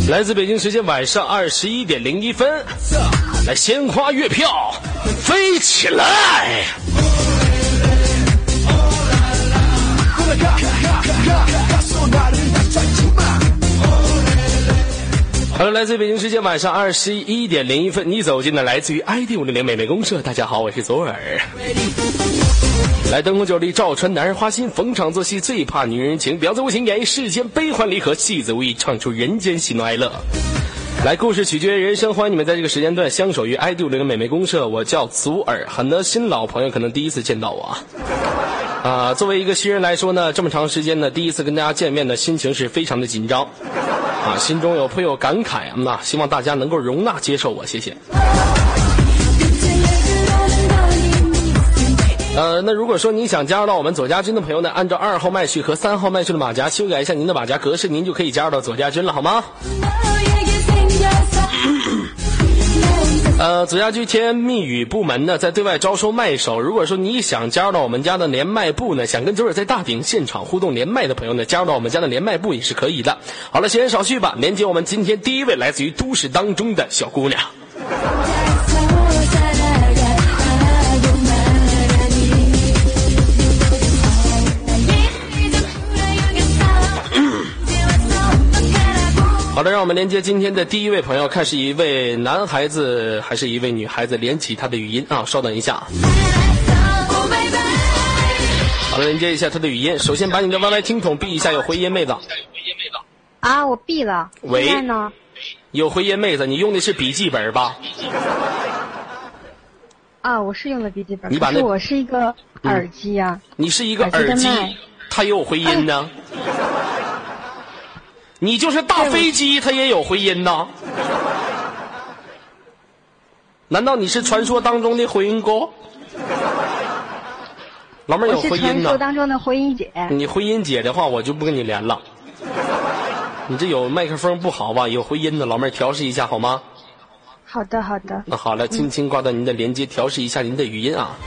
来自北京时间晚上21:01，来鲜花月票飞起来。Hello， 来自北京时间晚上21:01，你走进了来自于 ID500美美公社。大家好，我是左耳。来，灯红酒绿照穿男人花心，逢场作戏最怕女人情，婊子无情演绎世间悲欢离合，戏子无意唱出人间喜怒哀乐。来，故事取决于人生，欢迎你们在这个时间段相守于 ID500美美公社。我叫左耳，很多新老朋友可能第一次见到我作为一个新人来说呢，这么长时间呢，第一次跟大家见面的心情是非常的紧张心中有颇有感慨希望大家能够容纳接受我，谢谢。那如果说您想加入到我们左家军的朋友呢，按照2号麦序和3号麦序的马甲修改一下您的马甲格式，您就可以加入到左家军了，好吗？左家军甜言蜜语部门呢，在对外招收麦手。如果说你想加入到我们家的连麦部呢，想跟左耳在大顶现场互动连麦的朋友呢，加入到我们家的连麦部也是可以的。好了，闲言少叙吧，连接我们今天第一位来自于都市当中的小姑娘。好的，让我们连接今天的第一位朋友，看是一位男孩子还是一位女孩子，连起他的语音稍等一下。好了，连接一下他的语音。首先把你的 YY 听筒闭一下，有回音妹子。 我闭了。 喂， 现在呢？ 有回音妹子，你用的是笔记本吧？ 我是用的笔记本。 你把那我是一个耳机你是一个耳机，它也有回音呢。你就是大飞机，它也有回音呢。难道你是传说当中的回音哥？老妹儿有回音呢。 我是传说当中的回音姐。 你回音姐的话，我就不跟你连了。你这有麦克风不好吧？有回音的，老妹儿调试一下好吗？ 好的，好的。 那好了，轻轻挂断您的连接，调试一下您的语音啊。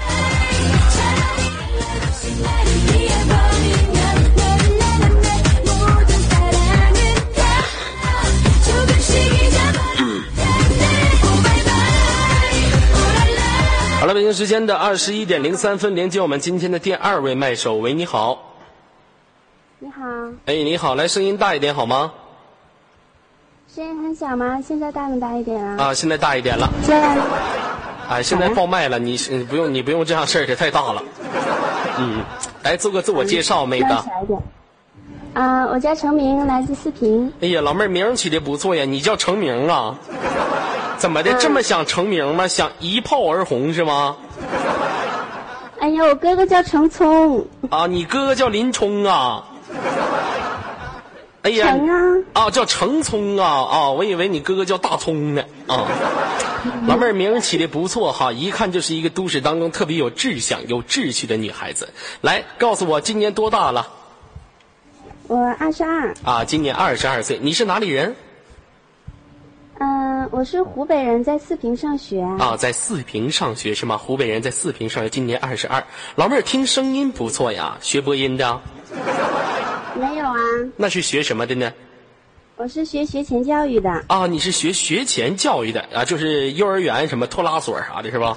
好了，北京时间的21:03，连接我们今天的第2位麦手。喂，你好。 你好。 你好，来声音大一点好吗？ 声音很小吗？现在大没大一点啊？ 现在大一点了。现在爆麦了，你不用这样事儿，这太大了。来做个自我介绍，妹子。 小一点。我叫程明，来自四平。 哎呀，老妹儿名起的不错呀，你叫程明啊？怎么的，这么想成名吗？想一炮而红是吗？ 哎呀，我哥哥叫程聪。 你哥哥叫林冲啊？哎呀，叫程聪啊！我以为你哥哥叫大葱呢老妹儿名起的不错哈，一看就是一个都市当中特别有志向、有志趣的女孩子。来，告诉我今年多大了？ 我22。 今年22岁。你是哪里人？ 我是湖北人，在四平上学。 在四平上学是吗？湖北人在四平上学，今年22。老妹儿听声音不错呀，学播音的？ 没有啊。 那是学什么的呢？ 我是学前教育的。 你是学前教育的就是幼儿园什么托拉所啥的是吧？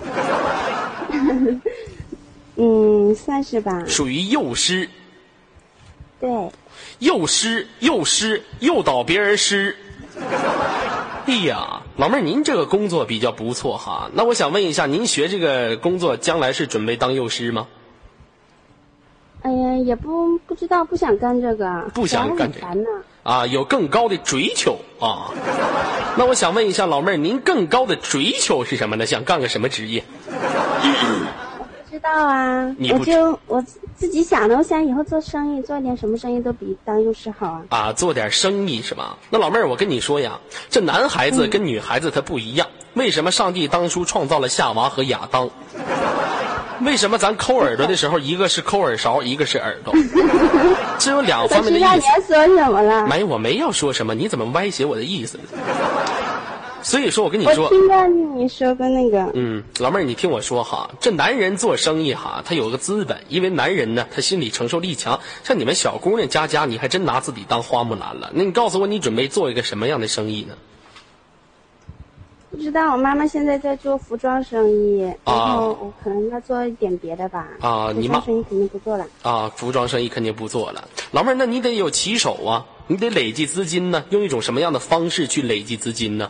算是吧。 属于幼师。 对。 幼师，诱导别人师。哎呀，老妹儿，您这个工作比较不错哈。那我想问一下，您学这个工作将来是准备当幼师吗？ 哎呀，也不知道，不想干这个， 不想干这个呢。 有更高的追求那我想问一下老妹儿，您更高的追求是什么呢？想干个什么职业？ 知道啊，我自己想的，我想以后做生意，做点什么生意都比当幼师好做点生意是吧？那老妹儿，我跟你说呀，这男孩子跟女孩子他不一样。为什么上帝当初创造了夏娃和亚当？为什么咱抠耳朵的时候，一个是抠耳勺，一个是耳朵？这有两方面的意思。 我知道你要说什么了。 我没要说什么，你怎么歪斜我的意思？ 所以说我跟你说， 我听到你说过那个， 老妹儿，你听我说哈，这男人做生意哈，他有个资本，因为男人呢，他心理承受力强。像你们小姑娘佳佳，你还真拿自己当花木兰了。那你告诉我，你准备做一个什么样的生意呢？ 不知道，我妈妈现在在做服装生意，然后我可能要做一点别的吧。 你妈生意肯定不做了。 服装生意肯定不做了。老妹儿，那你得有起手啊，你得累积资金呢，用一种什么样的方式去累积资金呢？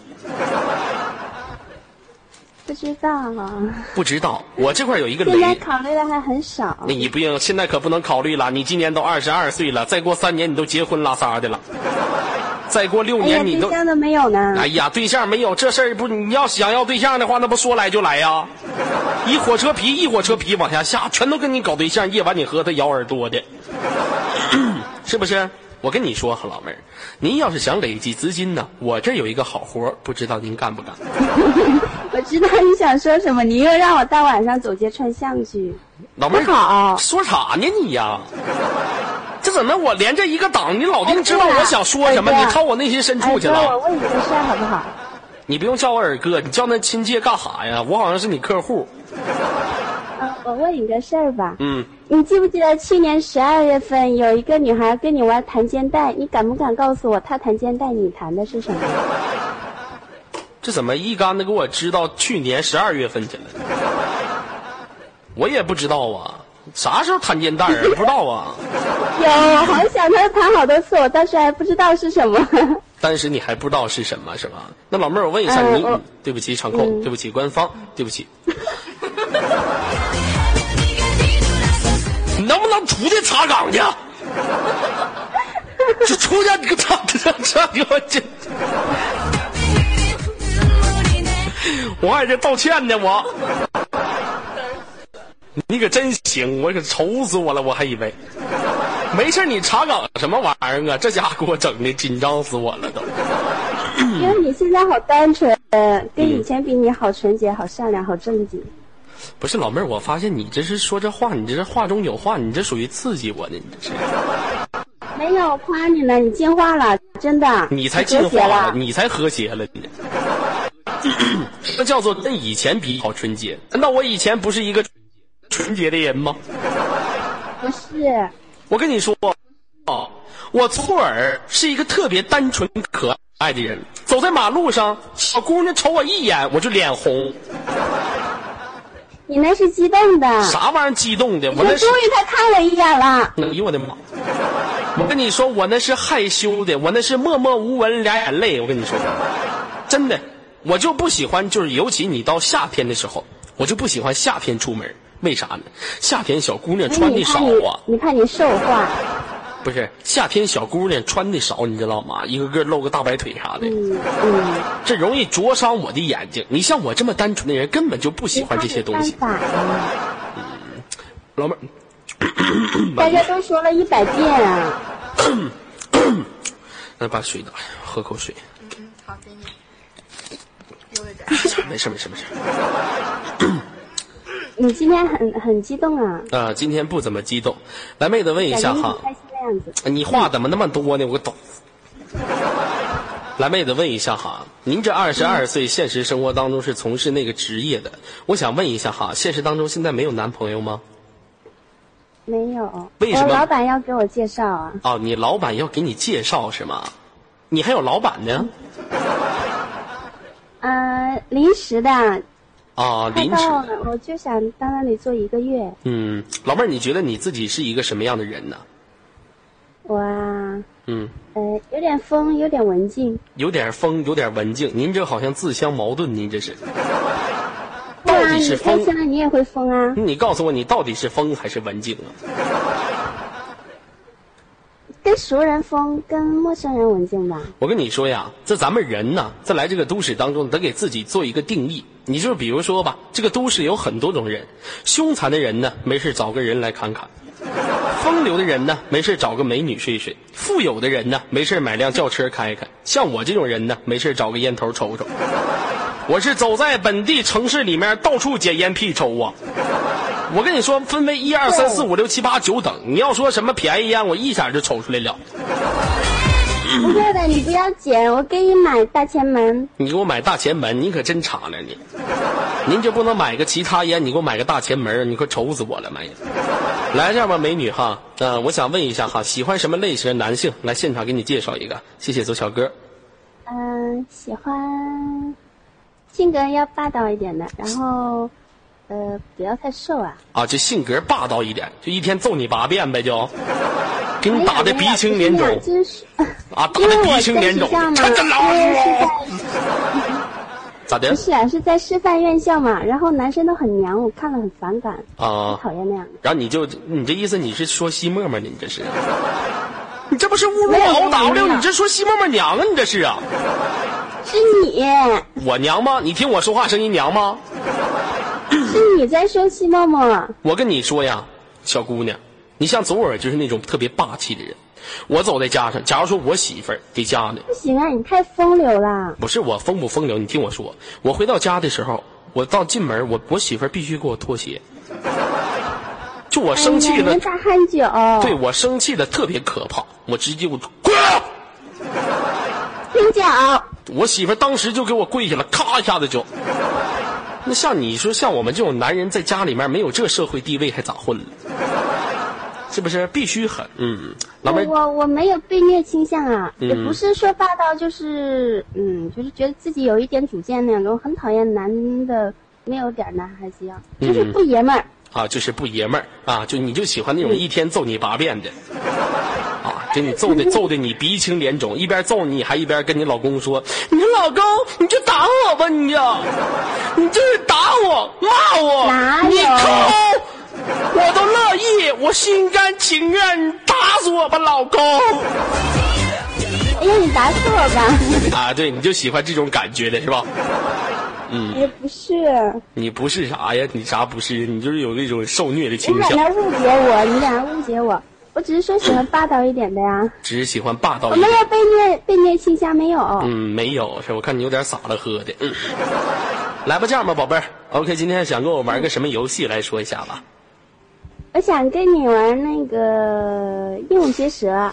不知道啊。 不知道，我这块有一个现在考虑的还很少。 你不用，现在可不能考虑了。你今年都22岁了，再过3年你都结婚拉撒的了。再过6年你都对象都没有呢。 哎呀，对象没有这事儿不？你要想要对象的话，那不说来就来呀？一火车皮往下下，全都跟你搞对象，夜晚你和他咬耳朵的，是不是？我跟你说，老妹儿，您要是想累积资金呢，我这有一个好活，不知道您干不干？ 我知道你想说什么，你又让我大晚上走街串巷去。 老妹儿， 好说啥呢你呀？这怎么我连这一个档，你老丁知道我想说什么？你掏我内心深处去了。 我问你个事好不好？ 你不用叫我尔哥，你叫那亲切干啥呀？我好像是你客户。 我问你个事儿吧。你记不记得去年12月份有一个女孩跟你玩弹肩带？你敢不敢告诉我她弹肩带你弹的是什么？ 这怎么一竿子给我知道去年12月份去了？我也不知道啊。啥时候弹肩带啊？不知道啊。 有，我好想他弹好多次，我当时还不知道是什么。 当时你还不知道是什么是吧？那老妹儿，我问一下你，对不起场控，对不起官方，对不起。你能不能出去查岗去？就出去你个操！我还得道歉呢，我。你可真行，我可愁死我了，我还以为没事。你查岗什么玩意儿啊？这家伙给我整的紧张死我了都。 因为你现在好单纯，跟以前比你好纯洁、好善良、好正经。 不是老妹儿，我发现你这是说这话，你这是话中有话，你这属于刺激我呢，你这是。 没有夸你了，你进化了，真的。 你才进化了，你才和谐了，你。那叫做跟以前比好纯洁。难道我以前不是一个纯洁的人吗？ 不是。 我跟你说，我错儿是一个特别单纯可爱的人，走在马路上，小姑娘瞅我一眼，我就脸红。 你那是激动的。 啥玩意儿激动的？我那是。 终于他看我一眼了。 哎呦我的妈！我跟你说，我那是害羞的，我那是默默无闻俩眼泪。我跟你说，真的，我就不喜欢，就是尤其你到夏天的时候，我就不喜欢夏天出门。为啥呢？夏天小姑娘穿的少啊。 你怕你瘦化。 不是，夏天小姑娘穿的少，你知道吗？一个个露个大白腿啥的。这容易灼伤我的眼睛。你像我这么单纯的人，根本就不喜欢这些东西。老妹儿， 大家都说了100遍啊。 那把水打，喝口水。 好，给你。有一点。 没事。 你今天很激动啊？ 今天不怎么激动。来，妹子问一下哈， 开心的样子。 你话怎么那么多呢？我懂。来，妹子问一下哈，您这22岁，现实生活当中是从事那个职业的，我想问一下哈，现实当中现在没有男朋友吗？ 没有。 为什么？ 我老板要给我介绍啊。 哦，你老板要给你介绍是吗？你还有老板呢？ 临时的。 临时的。 我就想到那里做1个月。 老妹儿，你觉得你自己是一个什么样的人呢？ 我啊，有点疯，有点文静。 有点疯，有点文静，您这好像自相矛盾，您这是。到底是疯？ 你开心了，你也会疯啊。 你告诉我，你到底是疯还是文静啊？ 跟熟人疯，跟陌生人文静吧。 我跟你说呀，这咱们人呢，在来这个都市当中，得给自己做一个定义。你就比如说吧，这个都市有很多种人，凶残的人呢，没事找个人来侃侃；风流的人呢，没事找个美女睡睡；富有的人呢，没事买辆轿车开开；像我这种人呢，没事找个烟头抽抽。我是走在本地城市里面，到处捡烟屁抽啊。我跟你说，分为1、2、3、4、5、6、7、8、9等。你要说什么便宜烟，我一下就抽出来了。 不会的，你不要剪，我给你买大前门。 你给我买大前门，你可真敞亮你。您就不能买个其他烟？你给我买个大前门，你可愁死我了，妈呀！来这样吧，美女哈，我想问一下哈，喜欢什么类型的男性？来现场给你介绍一个，谢谢左小哥。 喜欢性格要霸道一点的，然后不要太瘦啊。 啊，就性格霸道一点，就一天揍你8遍呗，就给你打的鼻青脸肿。啊，打的鼻青脸肿，看着老咋的？ 不是啊，是在师范院校嘛，然后男生都很娘，我看了很反感啊， 讨厌那样的。 然后你这意思你是说西沫沫呢？你这是？你这不是侮辱敖 W？ 你这说西沫沫娘啊？你这是啊？ 是你。 我娘吗？你听我说话声音娘吗？ 是你在说西沫沫。 我跟你说呀，小姑娘，你像左耳就是那种特别霸气的人。我走在家上，假如说我媳妇儿给家呢， 不行啊，你太风流了。 不是我风不风流，你听我说，我回到家的时候，我到进门，我媳妇儿必须给我脱鞋。就我生气的， 大汉酒。 对，我生气的特别可怕，我直接滚！ 听脚。 我媳妇当时就给我跪下了，咔一下子就。那像你说，像我们这种男人在家里面没有这社会地位，还咋混了？是不是必须狠？老妹儿， 我没有被虐倾向啊，也不是说霸道，就是就是觉得自己有一点主见那种，很讨厌男的没有点男孩子样，就是不爷们儿。 啊，就是不爷们儿啊，就你就喜欢那种一天揍你8遍的，啊，给你揍的你鼻青脸肿，一边揍你还一边跟你老公说，你说老公你就打我吧，你就是打我骂我，你抠。我都乐意，我心甘情愿，打死我吧，老公！ 哎呀，你打死我吧！ 啊，对，你就喜欢这种感觉的是吧？ 也不是。 你不是啥呀？你啥不是？你就是有那种受虐的倾向。 你俩误解我，你俩误解我。我只是说喜欢霸道一点的呀。 只是喜欢霸道一点。 我没有被虐倾向，没有。 没有，是我看你有点洒了喝的。来吧，这样吧，宝贝儿 ，OK， 今天想跟我玩个什么游戏？来说一下吧。 我想跟你玩那个鹦鹉学舌。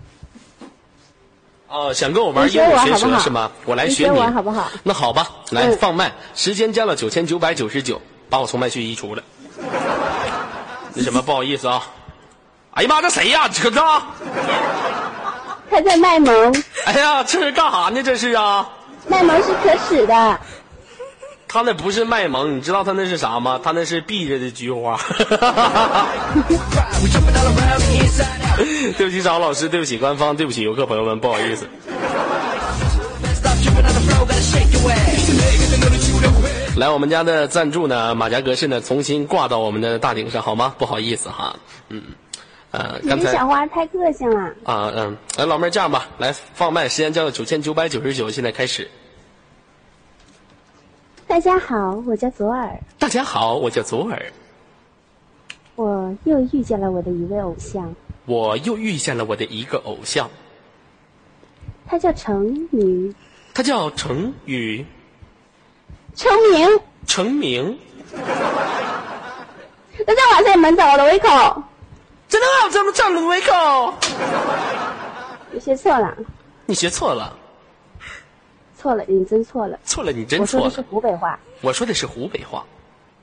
哦，想跟我玩鹦鹉学舌是吗？我来学你， 好不好？ 那好吧，来放麦，时间加了9999，把我从麦序移除了。那什么，不好意思啊。哎呀妈，这谁呀？这个。 他在卖萌。 哎呀，这是干啥呢？这是啊。 卖萌是可耻的。 他那不是卖萌，你知道他那是啥吗？他那是闭着的菊花。对不起，张老师，对不起官方，对不起游客朋友们，不好意思。来，我们家的赞助呢，马甲格式呢，重新挂到我们的大顶上好吗？不好意思哈，刚才小花太个性了啊，来老妹儿这样吧，来放麦，时间交到9999，现在开始。 大家好，我叫左耳。 大家好，我叫左耳。 我又遇见了我的一位偶像。 我又遇见了我的一个偶像。 他叫程宇。 他叫程宇。 程明。 程明。 那在晚上门找我的胃口。 真的啊，这么占了胃口。 你学错了。 你学错了。 错了，你真错了。 错了，你真错了。 我说的是湖北话。 我说的是湖北话。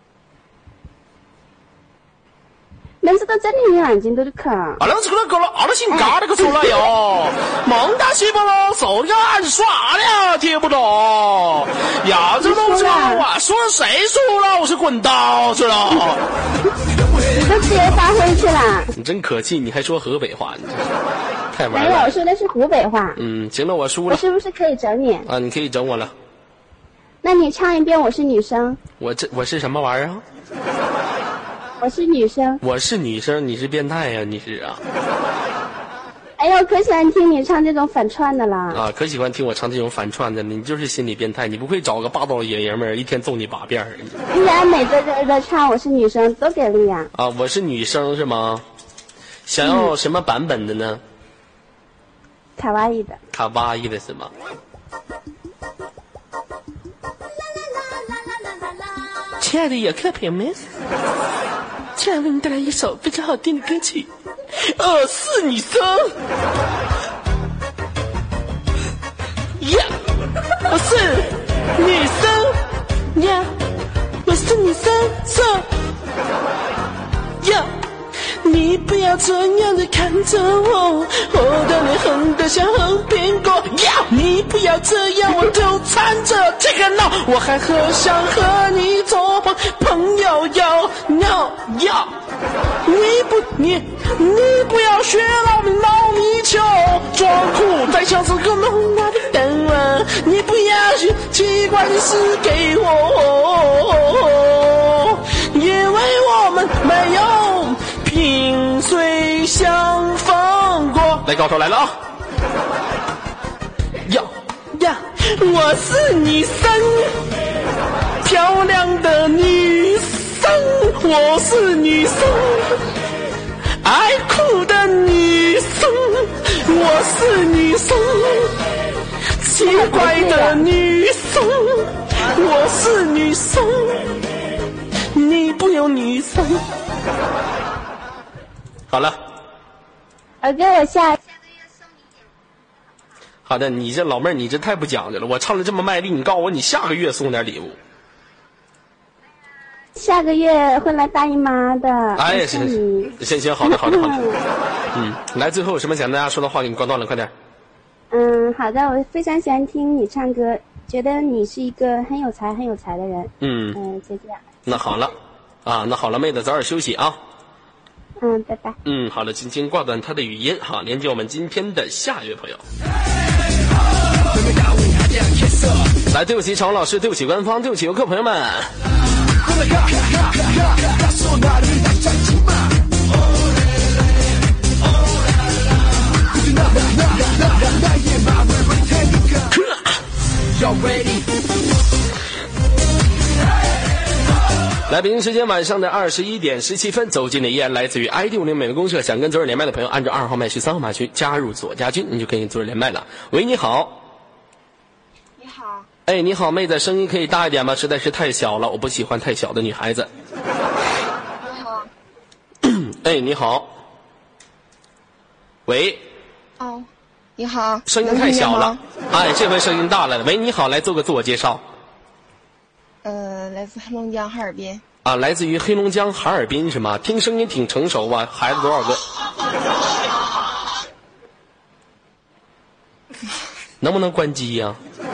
每次都睁你眼睛都是看。 啊，那这个搞了，阿拉姓嘎那个出来哟，蒙大西不咯，手就按耍了，听不懂。呀，这都说我说谁输了？我是滚刀去了。 你都自由发挥去了。 你真可气，你还说河北话，你太玩了。 没有，我说的是湖北话。 行了，我输了。 我是不是可以整你？ 啊，你可以整我了。 那你唱一遍《我是女生》。 我是什么玩意儿啊？ 我是女生。 我是女生，你是变态呀？你是啊？ 哎呦，可喜欢听你唱这种反串的啦！ 啊，可喜欢听我唱这种反串的，你就是心理变态，你不会找个霸道爷们儿一天揍你8遍儿？ 依然每个人的唱我是女生多给力呀！ 啊，我是女生是吗？想要什么版本的呢？ 卡哇伊的。 卡哇伊的是吗？亲爱的游客朋友们，接下来为您带来一首非常好听的歌曲，是女生。 呀，我是女生呀，我是女生是呀。你不要这样的看着我，我的脸红得像红苹果呀！你不要这样，我纠缠着这个闹，我还想和你做朋友哟 ，no 呀！你不要学老米球，装酷再像是个浓大的灯啊！你不要去奇怪的事给我，因为我们没有萍水相逢过。来，高潮来了啊！呀，我是女生，漂亮的女生，我是女生，爱哭的女生，我是女生，奇怪的女生，我是女生，你不用女生。好了， 儿哥，我下个月送你点。 好的，你这老妹儿，你这太不讲究了。我唱的这么卖力，你告诉我你下个月送点礼物。 下个月会来大姨妈的。 哎，行，好的。来，最后有什么想跟大家说的话，给你挂断了，快点。 好的，我非常喜欢听你唱歌，觉得你是一个很有才的人。就这样。 那好了，那好了，妹子早点休息啊。 拜拜。 好的，轻轻挂断他的语音，好，连接我们今天的下一位朋友。来，对不起常老师，对不起官方，对不起游客朋友们。来，北京时间晚上的21点17分，走进的依然来自于 ID50美文公社。想跟左耳连麦的朋友，按照2号麦序3号码去加入左家军，你就可以跟左耳连麦了。喂，你好。 你好。 哎，你好，妹子，声音可以大一点吗？实在是太小了，我不喜欢太小的女孩子。 你好。 哎，你好。喂。 哦，你好。 声音太小了。哎，这回声音大了。喂，你好，来做个自我介绍。 来自黑龙江哈尔滨。 来自于黑龙江哈尔滨是吗？听声音挺成熟啊，孩子多少个？能不能关机呀？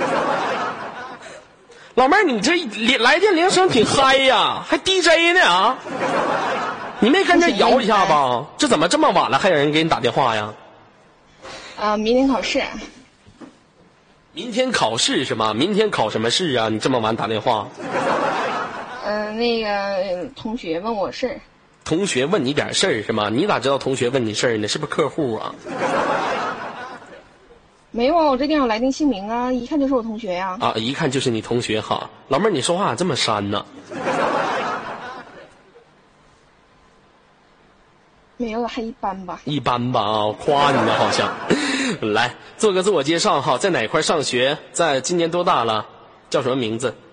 老妹儿，你这来电铃声挺嗨呀，还 DJ 呢啊？你没跟着摇一下吧？这怎么这么晚了还有人给你打电话呀？ 明天考试。 明天考试是吗？明天考什么试啊？你这么晚打电话？ 那个同学问我事儿。 同学问你点事儿是吗？你咋知道同学问你事儿呢？是不是客户啊？ 没有啊，我这电脑来电姓名啊，一看就是我同学呀。 一看就是你同学哈。老妹儿，你说话咋这么煽呢？ 没有，还一般吧。 一般吧啊，夸你呢好像。来做个自我介绍哈，在哪块上学？在今年多大了？叫什么名字？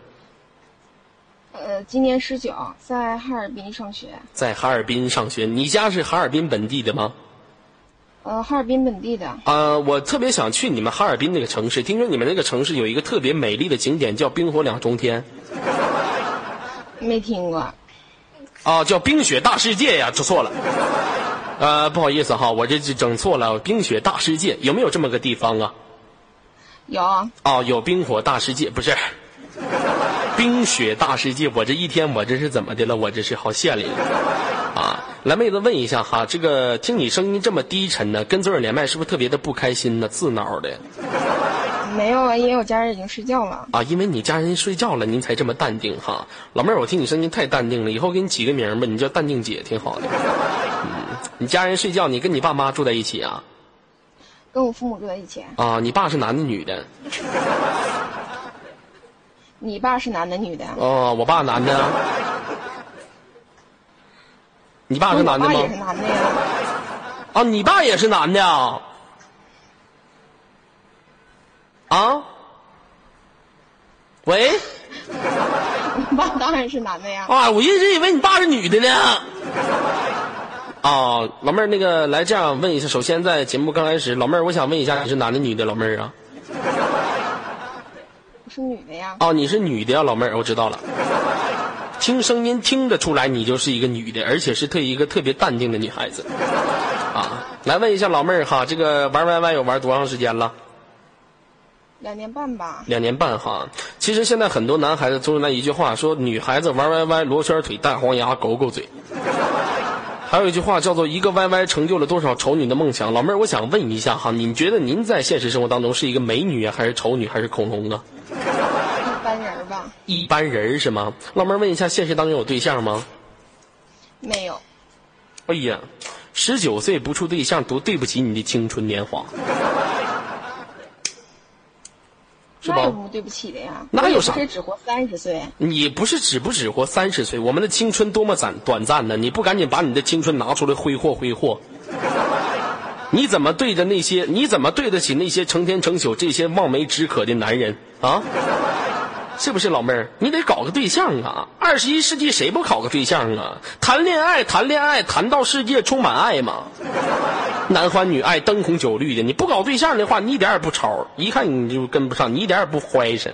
今年19，在哈尔滨上学。 在哈尔滨上学，你家是哈尔滨本地的吗？ 哈尔滨本地的。 我特别想去你们哈尔滨那个城市，听说你们那个城市有一个特别美丽的景点叫冰火两重天。 没听过。 叫冰雪大世界呀，说错了。不好意思哈，我这整错了，冰雪大世界有没有这么个地方啊？ 有。 有冰火大世界，不是冰雪大世界。我这一天我这是怎么的了？我这是好羡里了来，妹子问一下哈，这个听你声音这么低沉呢，跟左耳连麦是不是特别的不开心呢？自恼的？ 没有啊，因为我家人已经睡觉了。 因为你家人睡觉了，您才这么淡定哈。老妹儿，我听你声音太淡定了，以后给你起个名吧，你叫淡定姐，挺好的。你家人睡觉，你跟你爸妈住在一起啊？ 跟我父母住在一起。 你爸是男的女的？ 你爸是男的女的？ 我爸男的。你爸是男的吗？ 我爸也是男的呀。 你爸也是男的啊？喂？ 我爸当然是男的呀。 我一直以为你爸是女的呢。老妹儿，那个来这样问一下，首先在节目刚开始，老妹儿，我想问一下，你是男的女的？老妹儿啊？ 是女的呀。 哦，你是女的呀，老妹儿，我知道了。听声音听得出来，你就是一个女的，而且是一个特别淡定的女孩子。啊，来问一下老妹儿哈，这个玩 YY 有玩多长时间了 ？2年半吧。 2年半哈。其实现在很多男孩子都是那一句话，说女孩子玩 YY 罗圈腿大黄牙狗狗嘴。还有一句话叫做一个 YY 成就了多少丑女的梦想。老妹儿，我想问一下哈，您觉得您在现实生活当中是一个美女啊，还是丑女，还是恐龙啊？ 一般人吧。 一般人是吗？老妹儿问一下，现实当中有对象吗？ 没有。 哎呀，19岁不处对象，多对不起你的青春年华。是吧？ 那有什么对不起的呀？ 那有啥？ 我只活30岁。 你不是只活30岁？我们的青春多么短暂呢？你不赶紧把你的青春拿出来挥霍？你怎么对得起那些成天成宿这些望梅止渴的男人啊？是不是老妹儿？你得搞个对象啊！21世纪谁不搞个对象啊？谈恋爱，谈到世界充满爱嘛。男欢女爱，灯红酒绿的。你不搞对象的话，你一点也不潮，一看你就跟不上，你一点也不怀身。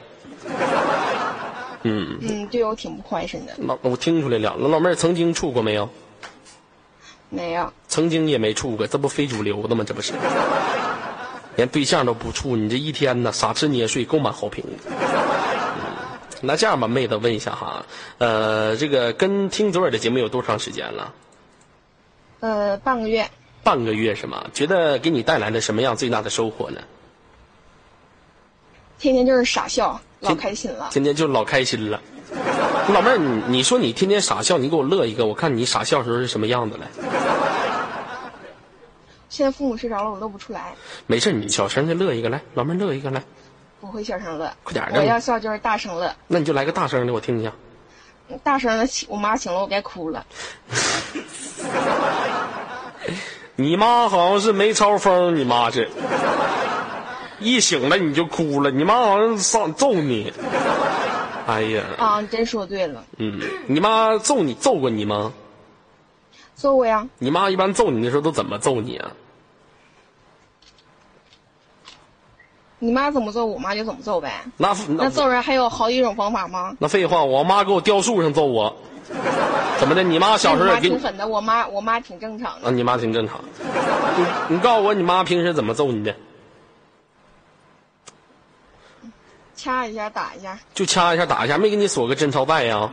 对，我挺不怀身的。 我听出来了，老妹儿曾经处过没有？ 没有。 曾经也没处过，这不非主流的吗？这不是，连对象都不处，你这一天呢，傻吃捏睡，够满好评的。那这样吧，妹子问一下哈，这个跟听左耳的节目有多长时间了？ 半个月。 半个月是吗？觉得给你带来了什么样最大的收获呢？ 天天就是傻笑，老开心了。 天天就老开心了。老妹儿，你说你天天傻笑，你给我乐一个，我看你傻笑时候是什么样子来。 现在父母睡着了，我乐不出来。 没事，你小声的乐一个来，老妹儿乐一个来。 不会小声乐， 快点的。 我要笑就是大声乐。 那你就来个大声的，我听一下。 大声的，我妈醒了，我该哭了。 你妈好像是没超风，你妈是一醒了你就哭了，你妈好像上揍你。哎呀， 啊，你真说对了。 你妈揍过你吗？ 揍过呀。 你妈一般揍你的时候都怎么揍你啊？ 你妈怎么揍，我妈就怎么揍呗。 那揍人还有好几种方法吗？ 那废话，我妈给我吊树上揍我。怎么的？你妈小时候也挺狠的，我妈挺正常的。 你妈挺正常。你告诉我，你妈平时怎么揍你的？ 掐一下，打一下。 就掐一下，打一下，没给你锁个贞操带呀？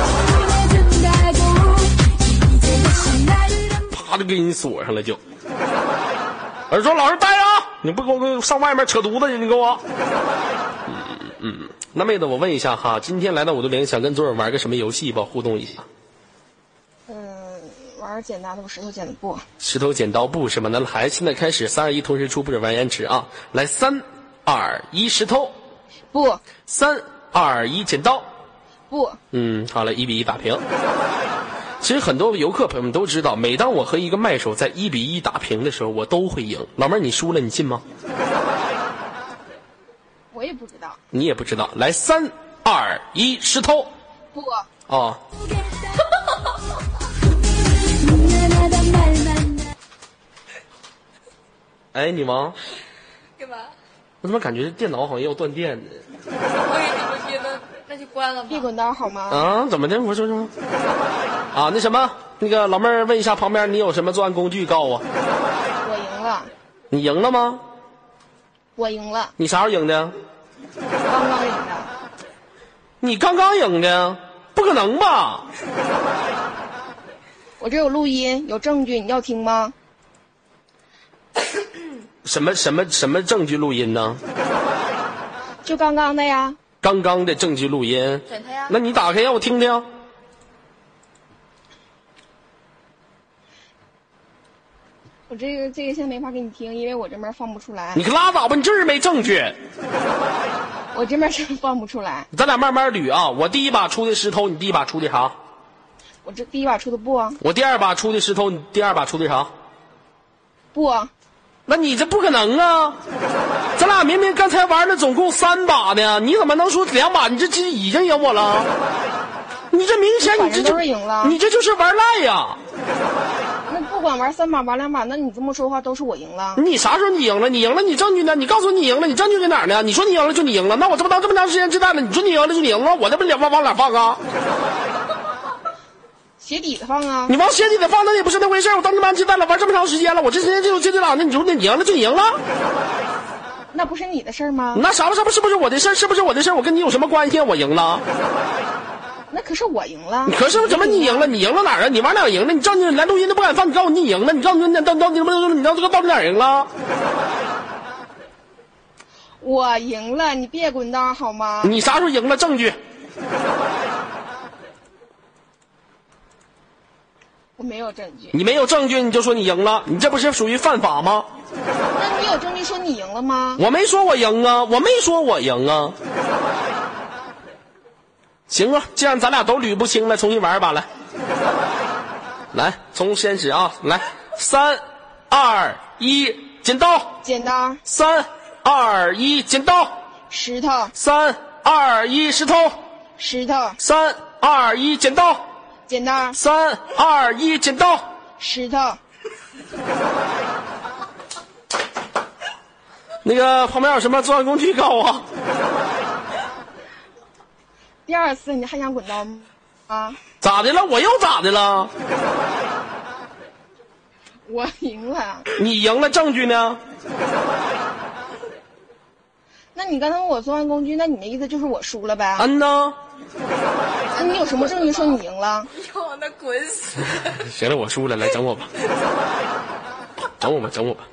啪就给你锁上了就。我说老师带啊，你不给我上外面扯犊子去，你给我。那妹子，我问一下哈，今天来到我的联想跟左耳玩个什么游戏吧，互动一下。 玩简单的石头剪刀布。石头剪刀布是吗？那来，现在开始，3、2、1，同时出，不准玩延迟啊！来，3、2、1，石头布。 3、2、1，剪刀布。 好了，1比1打平。其实很多游客朋友们都知道，每当我和一个麦手在1比1打平的时候，我都会赢。老妹儿，你输了，你信吗？ 我也不知道。 你也不知道。来，3、2、1，石头布。 哦。哎，女王， 干嘛？ 我怎么感觉电脑好像要断电呢？ 我给你不接，那就关了吧。 别滚蛋好吗？ 啊，怎么的？我说说。啊，那什么，那个老妹儿问一下旁边你有什么作案工具告我。 我赢了。 你赢了吗？ 我赢了。 你啥时候赢的？ 刚刚赢的。 你刚刚赢的？不可能吧？ 我这有录音，有证据，你要听吗？ 什么证据录音呢？ 就刚刚的呀。 刚刚的证据录音。 选他呀。 那你打开让我听听。 我这个现在没法给你听，因为我这边放不出来。 你可拉倒吧，你就是没证据。 我这边真放不出来。 咱俩慢慢捋啊，我第一把出的石头，你第一把出的啥？ 我这第一把出的布啊。 我第二把出的石头，你第二把出的啥？ 布啊。 那你这不可能啊！咱俩明明刚才玩了总共3把呢，你怎么能说2把？你这已经赢我了？你这明显你这都是赢了。 你这就是玩赖呀！ 那不不管玩3把玩2把，那你这么说话都是我赢了。 你啥时候你赢了？你赢了，你证据呢？你告诉我你赢了，你证据在哪儿呢？你说你赢了就你赢了，那我这么当这么长时间知道了，你说你赢了就你赢了，我这不往哪放啊？ 鞋底子放啊！ 你往鞋底子放，那也不是那回事。我当这么知道了，玩这么长时间了，我这时间就这了，那你说你赢了就赢了？ 那不是你的事儿吗？ 那啥是不是我的事儿？是不是我的事儿？我跟你有什么关系？我赢了。 那可是我赢了。 可是怎么你赢了？你赢了哪儿啊？你玩哪儿赢了？你照你来录音都不敢放，你告诉我你赢了？你告诉你到底这个到底哪儿赢了？ 我赢了，你别滚蛋好吗？ 你啥时候赢了？证据？ 我没有证据。 你没有证据你就说你赢了，你这不是属于犯法吗？ 那你有证据说你赢了吗？ 我没说我赢啊，我没说我赢啊。行啊，既然咱俩都捋不清了，重新玩一把来。来，从先始啊，来，3、2、1，剪刀。 剪刀。 3、2、1，剪刀。 石头。 3、2、1，石头。 石头。 3、2、1，剪刀。 剪刀。 3、2、1，剪刀。 石头。 那个旁边有什么作案工具告我？ 第2次你还想滚刀吗？啊？ 咋的了？我又咋的了？ 我赢了。 你赢了，证据呢？ 那你刚才问我作案工具，那你的意思就是我输了呗？ 嗯呐。 那你有什么证据说你赢了？ 要往那滚死！ 行了，我输了，来整我吧，整我吧，整我吧，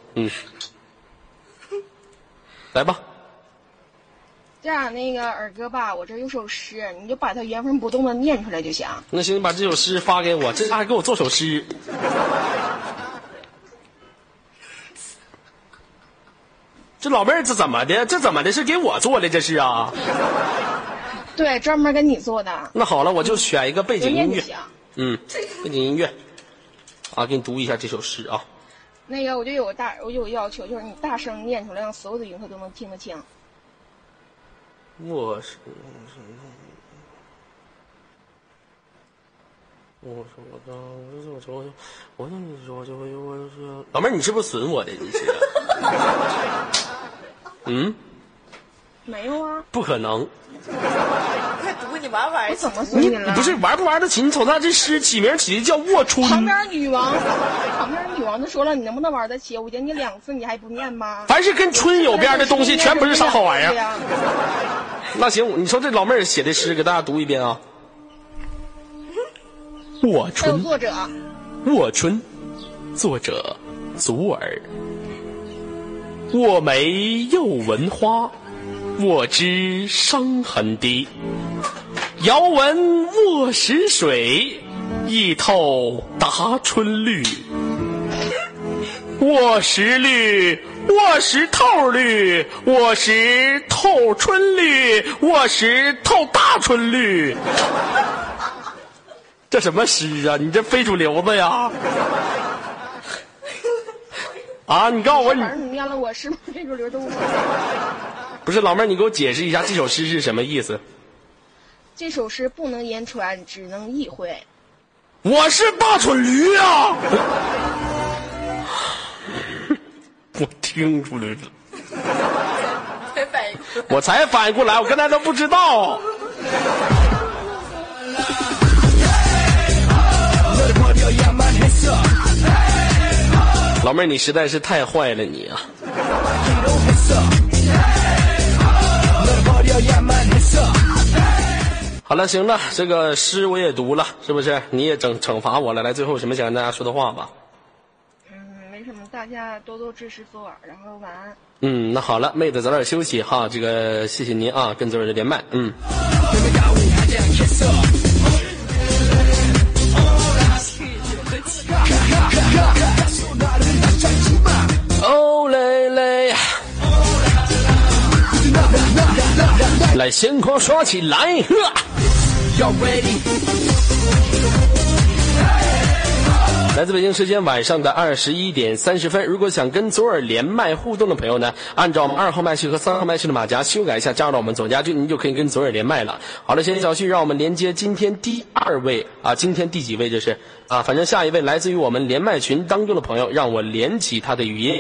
来吧。 这样，那个尔哥吧，我这有首诗，你就把它原封不动的念出来就行。 那行，你把这首诗发给我，这还给我做首诗。这老妹儿这怎么的？这怎么的？是给我做的这是啊？ 对，专门跟你做的。 那好了，我就选一个背景音乐。背景音乐。啊，给你读一下这首诗啊。 那个，我就有个要求，就是你大声念出来，让所有的游客都能听得清。 老妹儿，你是不是损我的？你是？ 没有啊。 不可能。 快读，你玩玩。 我怎么损你了？ 不是玩不玩得起？你瞅他这诗起名起的叫卧春。 旁边女王都说了，你能不能玩得起？我点你2次，你还不念吗？ 凡是跟春有边的东西，全不是啥好玩意儿。那行，你说这老妹儿写的诗，给大家读一遍啊。卧春。 作者。 卧春，作者祖尔。卧梅又闻花，卧知伤痕滴。遥闻卧石水，一透达春绿。卧石绿，卧石透绿，卧石透春绿，卧石透大春绿。这什么诗啊？你这非主流子呀！啊，你告诉我你念了，我是不是非主流都无所谓？ 不是老妹儿，你给我解释一下这首诗是什么意思？ 这首诗不能言传，只能意会。 我是大蠢驴啊！我听出来了，我才反应过来，我刚才都不知道。老妹儿，你实在是太坏了，你啊！好了，行了，这个诗我也读了，是不是？你也惩罚我了。来，最后有什么想跟大家说的话吧？ 没什么，大家多多支持左耳，然后晚安。 那好了，妹子早点休息哈。这个谢谢您啊，跟左耳的连麦。哦嘞嘞，来先狂刷起来！ 来自北京时间晚上的21点30分，如果想跟左耳连麦互动的朋友呢，按照我们2号麦序和3号麦序的马甲修改一下，加入到我们左家军，您就可以跟左耳连麦了。好了，先小旭，让我们连接今天第2位啊，今天第几位这是啊？反正下一位来自于我们连麦群当中的朋友，让我连起他的语音。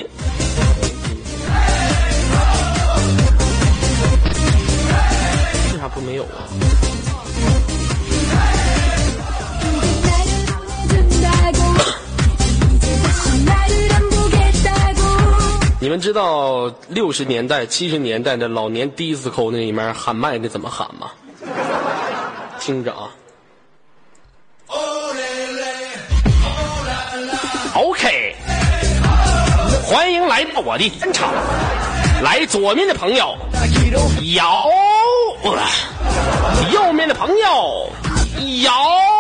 为啥不没有啊？你们知道60年代、70年代的老年disco那里面喊麦的怎么喊吗？听着啊。OK， 欢迎来到我的现场。来左面的朋友摇，右面的朋友摇，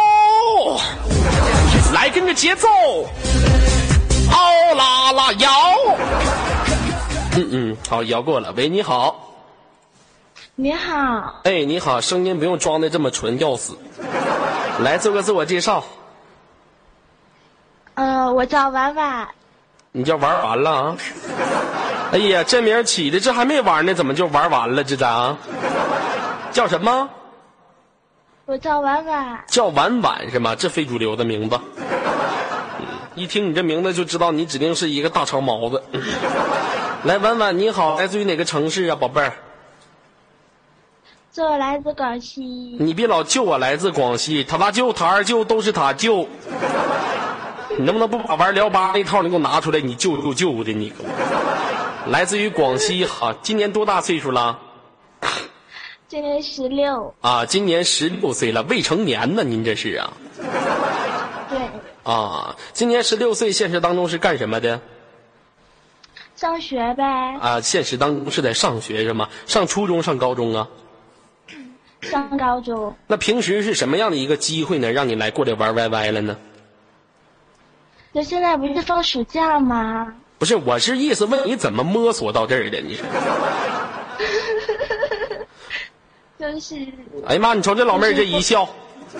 来跟着节奏，奥啦啦摇。好，摇过了。喂，你好。 你好。 哎，你好，声音不用装的这么纯，要死。来做个自我介绍。 我叫婉婉。 你叫玩完了啊？哎呀，这名起的这还没玩呢，怎么就玩完了？这咋？叫什么？ 我叫婉婉。 叫婉婉是吗？这非主流的名字。一听你这名字就知道你指定是一个大长毛子。来，婉婉你好，来自于哪个城市啊，宝贝儿？ 我来自广西。 你别老就我来自广西，他大舅、他二舅都是他舅。你能不能不把玩聊吧那套你给我拿出来？你舅的你。来自于广西哈，今年多大岁数了？ 今年16。 啊，今年16岁了，未成年呢，您这是啊？ 对。 啊，今年16岁，现实当中是干什么的？ 上学呗。 啊，现实当中是在上学是吗？上初中、上高中啊？ 上高中。 那平时是什么样的一个机会呢，让你来过来玩 YY 了呢？ 就现在不是放暑假吗？ 不是，我是意思问你怎么摸索到这儿的？你是？ 就是。 哎呀妈！你瞅这老妹儿这一笑，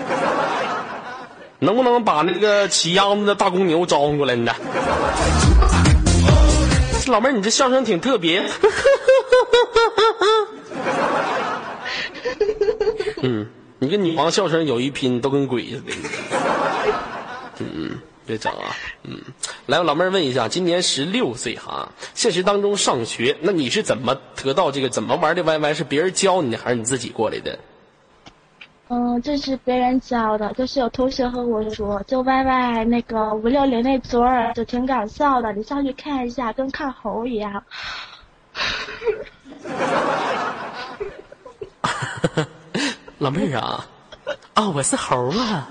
能不能把那个起秧子的大公牛招呼过来呢？这老妹儿，你这笑声挺特别。你跟女王笑声有一拼，都跟鬼似的。别整啊。来，老妹儿问一下，今年16岁哈，现实当中上学，那你是怎么得到这个怎么玩的 YY？ 是别人教你的还是你自己过来的？ 这是别人教的，就是有同学和我说，就 YY 那个560那左耳就挺搞笑的，你上去看一下，跟看猴一样。 老妹儿啊，我是猴啊。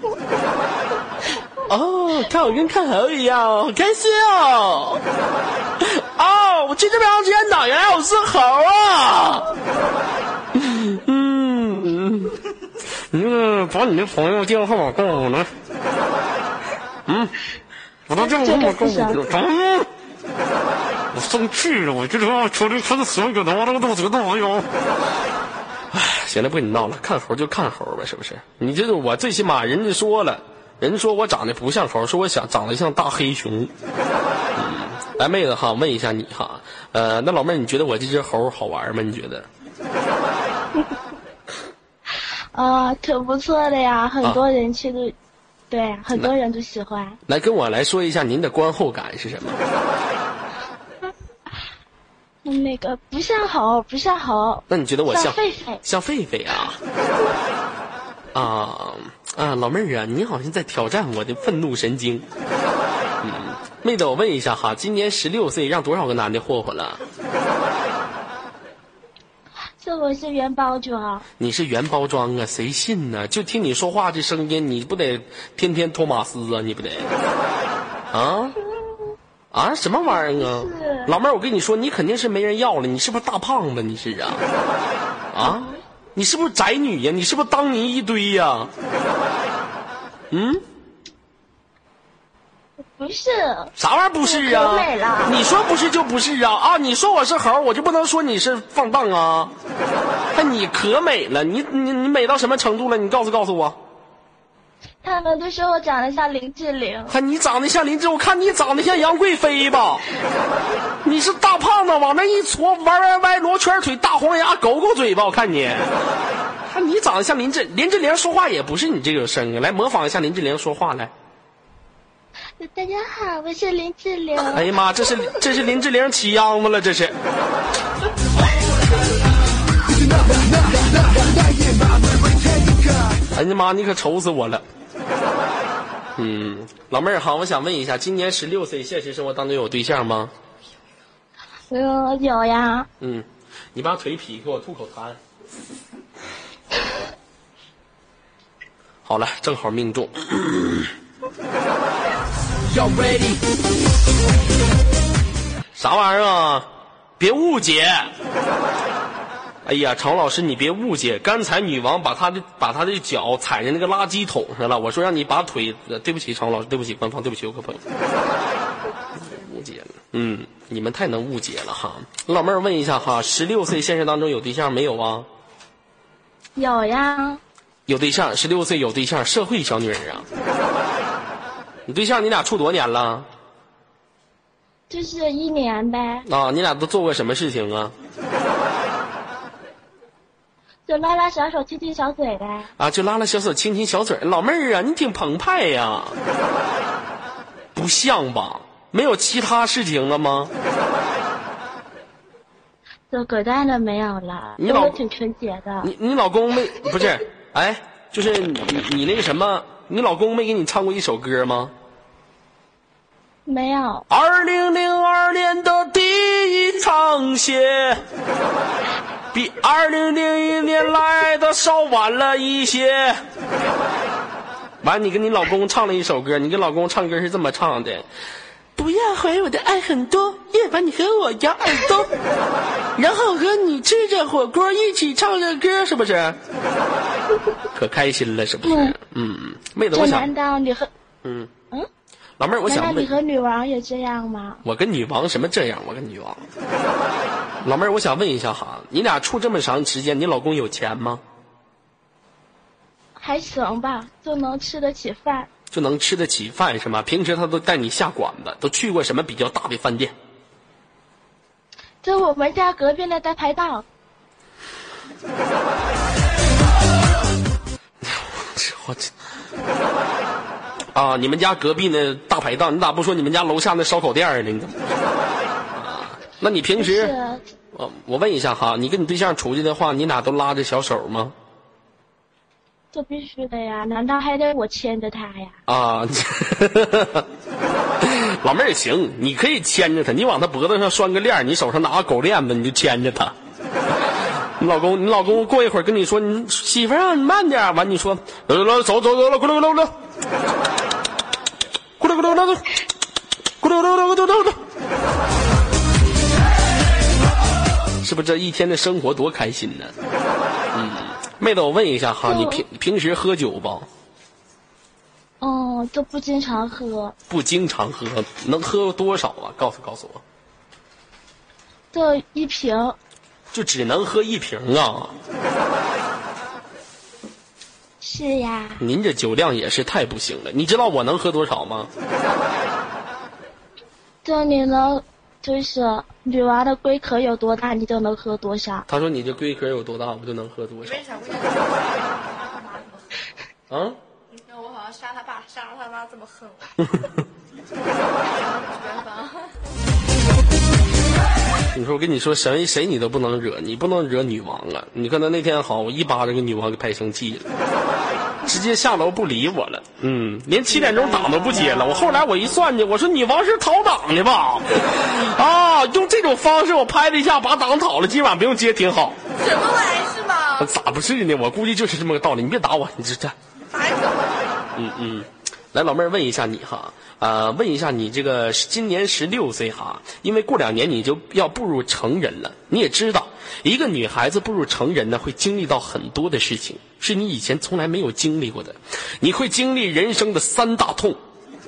看我跟看猴一样，好开心哦！我去这么长时间岛，原来我是猴啊！把你的朋友电话号码告诉我呢？把他电话号码告诉我。我生气了，我这他妈瞅这看死个他妈这个肚子干嘛呀？行了，不跟你闹了，看猴就看猴呗，是不是？你这我最起码人家说了。人说我长得不像猴，说我长得像大黑熊。来，妹子哈，问一下你哈，那老妹儿，你觉得我这只猴好玩吗？你觉得？ 挺不错的呀，很多人其实，对，很多人都喜欢。 来，跟我来说一下您的观后感是什么？ 那个不像猴，不像猴。 那你觉得我像狒狒？ 像狒狒啊？老妹儿啊，你好像在挑战我的愤怒神经。妹子，我问一下哈，今年16岁，让多少个男的霍霍了？ 这我是原包装。你是原包装啊？谁信呢？就听你说话这声音，你不得天天托马斯啊？你不得？什么玩意儿啊？老妹儿，我跟你说，你肯定是没人要了。你是不是大胖子？你是啊？你是不是宅女呀？你是不是当你一堆呀？ 不是。 啥玩意儿不是啊？ 可美了。 你说不是就不是啊？你说我是猴，我就不能说你是放荡啊？你可美了，你美到什么程度了？你告诉我。 他们都说我长得像林志玲。 看你长得像林志，我看你长得像杨贵妃吧？你是大胖子，往那一戳，歪歪罗圈腿，大黄牙，狗狗嘴巴，我看你。看你长得像林志玲，说话也不是你这个声音，来模仿一下林志玲说话来。 大家好，我是林志玲。 哎呀妈，这是林志玲起秧子了，这是。哎呀妈，你可愁死我了。老妹儿好，我想问一下，今年16岁，现实生活当中有对象吗？ 有呀。 你把腿劈，给我吐口痰。好了，正好命中。啥玩意儿啊？别误解。哎呀，常老师，你别误解，刚才女王把她的脚踩在那个垃圾桶上了。我说让你把腿，对不起，常老师，对不起，官方，对不起，我可朋友。误解了，你们太能误解了哈。老妹儿问一下哈，16岁现实当中有对象没有啊？ 有呀。 有对象，16岁有对象，社会小女人啊。你对象你俩处多年了？ 就是1年呗。 啊，你俩都做过什么事情啊？ 就拉拉小手，亲亲小嘴呗。 啊，就拉拉小手，亲亲小嘴。老妹儿啊，你挺澎湃呀。不像吧？没有其他事情了吗？ 就狗蛋的没有了。你老挺纯洁的。 你老公没不是？哎，就是你那个什么，你老公没给你唱过一首歌吗？ 没有。 2002年的第一场雪，比2001年来的稍晚了一些。完，你跟你老公唱了一首歌，你跟老公唱歌是这么唱的：不要怀疑我的爱很多，夜晚你和我咬耳朵，然后和你吃着火锅一起唱着歌，是不是？可开心了，是不是？妹子，我想。 难道你和老妹儿，我想问， 难道你和女王也这样吗？ 我跟女王什么这样？我跟女王。老妹儿，我想问一下哈，你俩处这么长时间，你老公有钱吗？ 还行吧，就能吃得起饭。 就能吃得起饭是吗？平时他都带你下馆子，都去过什么比较大的饭店？ 就我们家隔壁的大排档。 我这啊，你们家隔壁那大排档，你咋不说你们家楼下那烧烤店呢？你怎么？那你平时，我问一下哈，你跟你对象出去的话，你俩都拉着小手吗？ 这必须的呀，难道还得我牵着他呀？ 啊，老妹儿行，你可以牵着他，你往他脖子上拴个链，你手上拿个狗链子，你就牵着他。你老公过一会儿跟你说，你媳妇儿啊，你慢点。完你说，走了，过来，是不是这一天的生活多开心呢？妹子，我问一下哈，你平时喝酒不？ 都不经常喝。不经常喝，能喝多少啊？告诉我。 就1瓶。 就只能喝1瓶啊？ 是呀。 您这酒量也是太不行了。你知道我能喝多少吗？ 就你能，就是女娃的龟壳有多大，你就能喝多少。 他说你这龟壳有多大，我就能喝多少。啊？ 我好像杀他爸杀了他妈这么恨我跟你说，谁你都不能惹，你不能惹女王啊！你看他那天好，我一巴掌给女王给拍生气了，直接下楼不理我了。连7点钟档都不接了。我后来我一算去，我说女王是逃档的吧？啊，用这种方式我拍了一下，把档逃了，今晚不用接挺好。 什么玩意是吗？ 咋不是呢？我估计就是这么个道理。你别打我，你这。来，老妹儿问一下你哈，问一下你这个今年16岁哈，因为过2年你就要步入成人了。你也知道，一个女孩子步入成人呢，会经历到很多的事情，是你以前从来没有经历过的。你会经历人生的3大痛。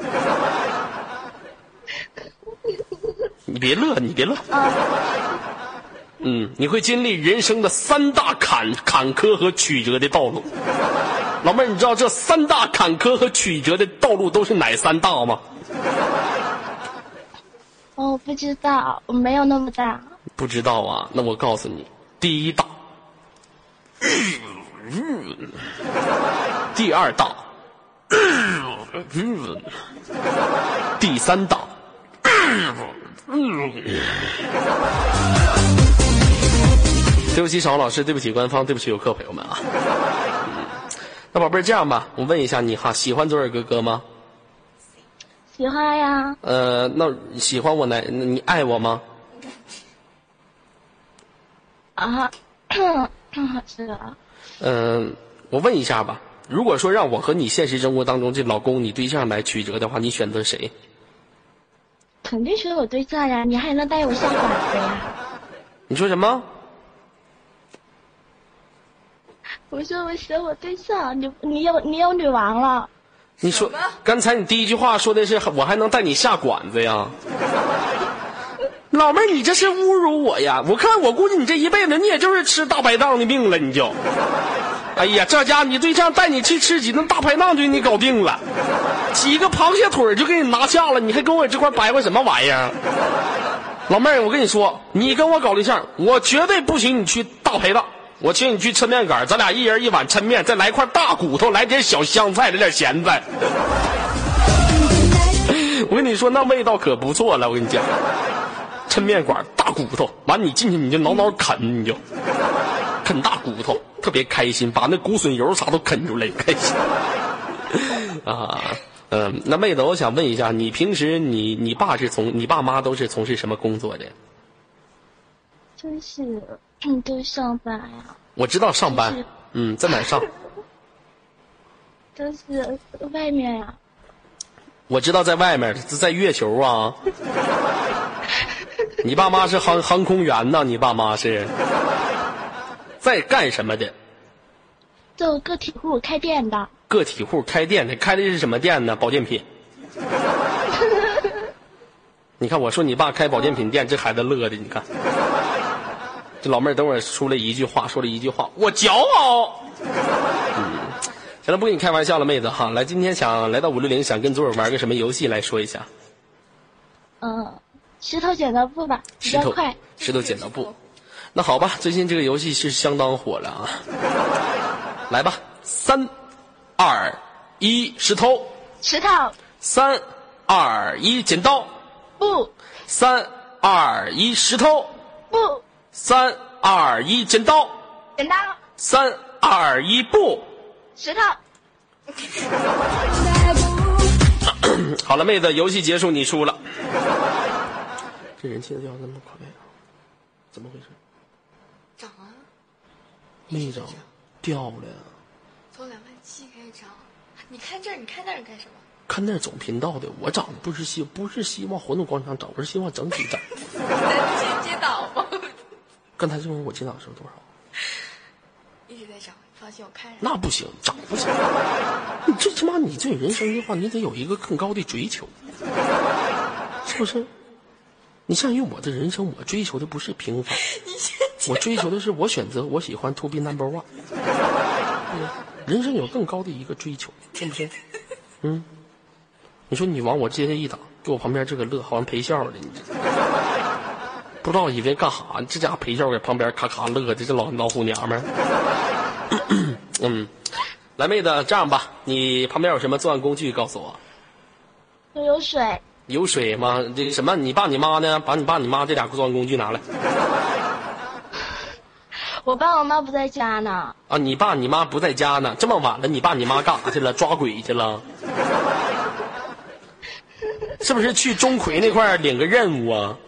你别乐。你会经历人生的3大坎坷和曲折的道路。 老妹儿，你知道这3大坎坷和曲折的道路都是哪3大吗？ 我不知道，我没有那么大。 不知道啊？那我告诉你，第1大，第2大，第3大。对不起小王老师，对不起官方，对不起游客朋友们啊。那宝贝儿，这样吧，我问一下你哈，喜欢左耳哥哥吗？ 喜欢呀。 那喜欢我呢？你爱我吗？ 啊，是啊。 我问一下吧，如果说让我和你现实生活当中这老公、你对象来曲折的话，你选择谁？ 肯定是我对象呀，你还能带我下馆子呀？ 你说什么？ 我说我选我对象，你有女王了。 你说刚才你第一句话说的是我还能带你下馆子呀？老妹儿，你这是侮辱我呀！我估计你这一辈子你也就是吃大排档的命了，你就。哎呀，这家你对象带你去吃几顿大排档就给你搞定了，几个螃蟹腿就给你拿下了，你还跟我这块白话什么玩意儿？老妹儿，我跟你说，你跟我搞对象，我绝对不请你去大排档，我请你去抻面杆，咱俩一人一碗抻面，再来块大骨头，来点小香菜，来点咸菜。我跟你说，那味道可不错了。我跟你讲，抻面馆大骨头，完你进去你就挠挠啃，你就啃大骨头，特别开心，把那骨笋油啥都啃出来，开心啊。那妹子，我想问一下，你平时你爸妈都是从事什么工作的？ 就是都上班呀。 我知道上班，在哪儿上？ 都是外面呀。 我知道在外面，在月球啊。你爸妈是航空员呢？你爸妈是在干什么的？ 做个体户开店的。 个体户开店的，开的是什么店呢？保健品。你看我说你爸开保健品店，这孩子乐的，你看。这老妹儿等会儿说了一句话，我骄傲。行了，不跟你开玩笑了，妹子哈。来，今天想来到560，想跟左耳玩个什么游戏来说一下。 石头剪刀布吧，比较快。 石头剪刀布。那好吧，最近这个游戏是相当火了啊。来吧，3、2、1，石头。 石头。 3、2、1，剪刀。 布。 3、2、1，石头。 布。 3、2、1，剪刀。 剪刀。 3、2、1，布。 石头。 好了，妹子，游戏结束，你输了。这人气的掉那么快啊？怎么回事？ 涨啊！ 没涨，掉了呀。 从2.7万开始涨。你看这儿，你看那儿，你干什么？ 看那总频道的，我涨的不是希望活动广场涨，我是希望整体涨。 接档吗？ 刚才这会我接档的时候多少？ 一直在涨，放心，我看着。 那不行，涨不行。你这他妈，你这人生的话，你得有一个更高的追求，是不是？你像于我的人生，我追求的不是平凡，我追求的是我选择我喜欢 to be number one。人生有更高的一个追求，对不对？你说你往我接着一打，给我旁边这个乐，好像陪笑的，你这不知道以为干哈？这家陪笑给旁边咔咔乐的，这老虎娘们儿。来妹子，这样吧，你旁边有什么作案工具？告诉我。 有水。 有水吗？这个什么？你爸你妈呢？把你爸你妈这俩作案工具拿来。 我爸我妈不在家呢。 啊，你爸你妈不在家呢？这么晚了，你爸你妈干啥去了？抓鬼去了？是不是去钟馗那块领个任务啊？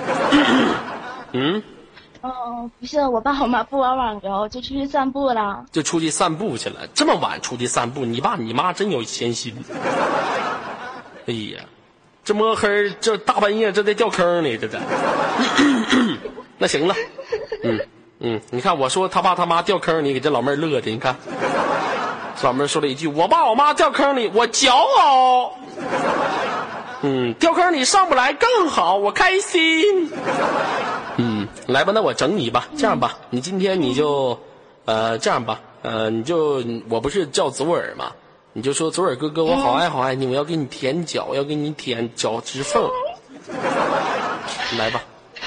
不是，我爸我妈不玩网游，就出去散步了。 就出去散步去了？这么晚出去散步，你爸你妈真有闲心。哎呀，这摸黑这大半夜这得掉坑里，这得。那行了，你看我说他爸他妈掉坑里，给这老妹儿乐的，你看。这老妹儿说了一句：“我爸我妈掉坑里，我骄傲。”掉坑里上不来更好，我开心。来吧，那我整你吧。这样吧，你今天你就，这样吧， 我不是叫左耳吗？你就说左耳哥哥，我好爱好爱你，我要给你舔脚，我要给你舔脚趾缝。来吧。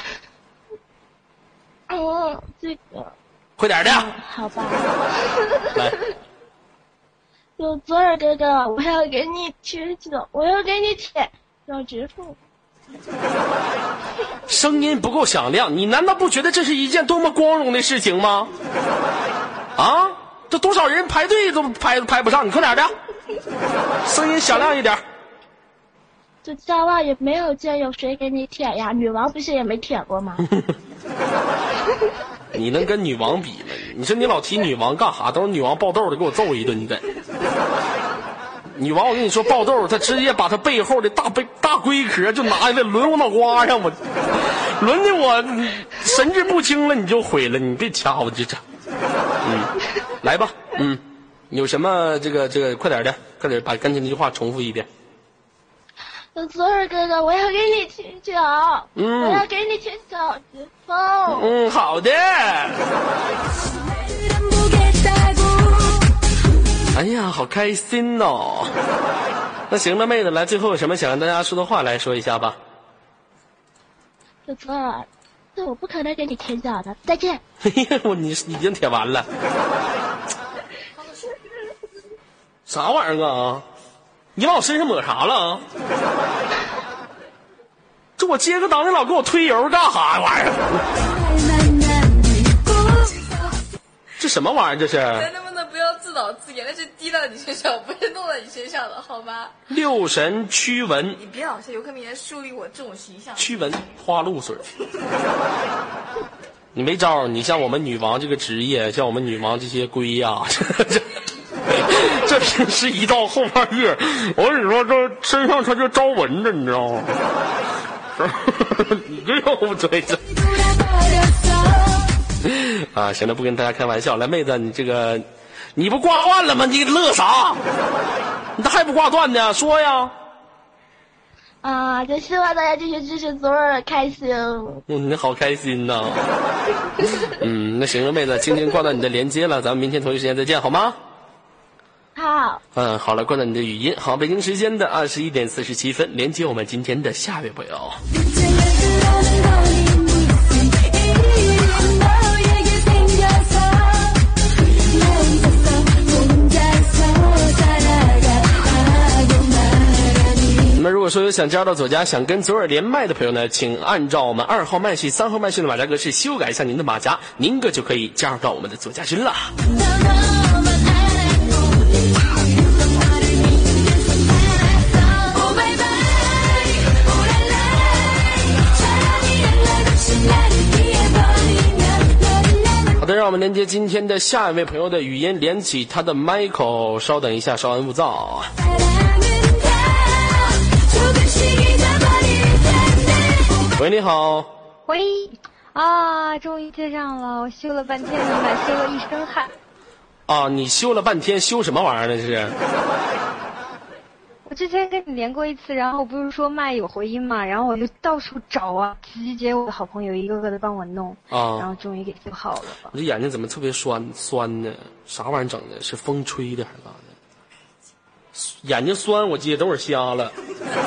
这个快点的。 好吧。 来。 有左耳哥哥，我要给你舔脚，我要给你舔脚趾缝。 声音不够响亮，你难道不觉得这是一件多么光荣的事情吗？啊，这多少人排队都排不上，你快点的，声音响亮一点。 这家外也没有见有谁给你舔呀，女王不是也没舔过吗？ 你能跟女王比吗？你说你老提女王干啥？都是女王爆豆的，给我揍一顿你得。女王，我跟你说，爆豆她直接把她背后的大龟壳就拿下来抡我脑瓜上，抡的我神志不清了，你就毁了，你别掐我这。来吧，有什么这个快点的，快点把刚才那句话重复一遍。 左耳哥哥，我要给你舔脚，我要给你舔脚趾缝。 好的。哎呀，好开心哦！那行了，妹子，来，最后有什么想跟大家说的话来说一下吧。 左耳，那我不可能给你舔脚的，再见。 你已经舔完了。啥玩意儿啊？你往我身上抹啥了啊？这我接个档，你老给我推油干啥呀？玩意儿？这什么玩意儿？这是？ 能不能不要自导自演？那是滴到你身上，不是弄到你身上的，好吗？ 六神驱蚊。 你别老是游客面前树立我这种形象。 驱蚊花露水。你没招，你像我们女王这个职业，像我们女王这些龟呀，这平时一到后半夜，我跟你说，这身上它就招蚊子，你知道吗？你这又嘴子啊！行了，不跟大家开玩笑。来，妹子，你这个你不挂断了吗？你乐啥？你还不挂断呢？说呀！ 就希望大家继续支持左耳，开心。 你好开心呐！那行了，妹子，轻轻挂断你的连接了，咱们明天同一时间再见，好吗？ 好。 好了，挂断你的语音。好，北京时间的21点47分，连接我们今天的下一位朋友。那么如果说有想加到左家想跟左耳连麦的朋友呢，请按照我们2号麦序、3号麦序的马甲格式修改一下您的马甲，您个就可以加入到我们的左家军了。好的，让我们连接今天的下一位朋友的语音，连起他的麦口。稍等一下，稍安勿躁。喂，你好。 喂，终于接上了，我修了半天了，修了一身汗。 你修了半天，修什么玩意儿呢？这是？ 我之前跟你连过一次，然后不是说麦有回音嘛，然后我就到处找集结我的好朋友一个个的帮我弄，然后终于给修好了。 我这眼睛怎么特别酸呢？啥玩意儿整的？是风吹的还是咋的？眼睛酸，我记得都是瞎了。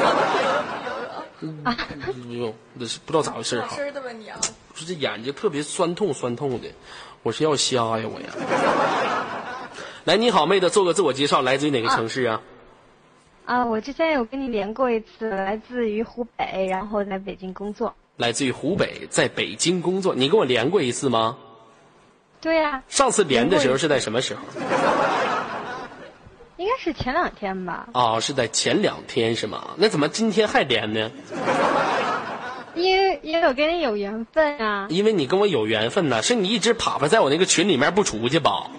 不用，那是不知道咋回事哈。 吃的吧你啊！ 不是这眼睛特别酸痛的，我是要瞎呀我呀。来，你好，妹子，做个自我介绍，来自于哪个城市啊？ 我之前有跟你连过一次，来自于湖北，然后在北京工作。 来自于湖北，在北京工作，你跟我连过一次吗？ 对呀。 上次连的时候是在什么时候？ 应该是前2天吧。 是在前2天是吗？那怎么今天还连呢？ 因为我跟你有缘分啊。 因为你跟我有缘分呢，是你一直爬在我那个群里面不出去吧？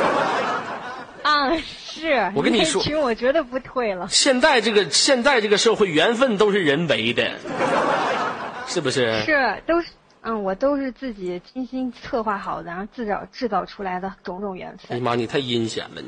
是。 我跟你说， 群我绝对不退了。 现在这个社会，缘分都是人为的，是不是？ 是，都是。我都是自己精心策划好的，然后制造出来的种种缘分。 哎呀妈，你太阴险了，你。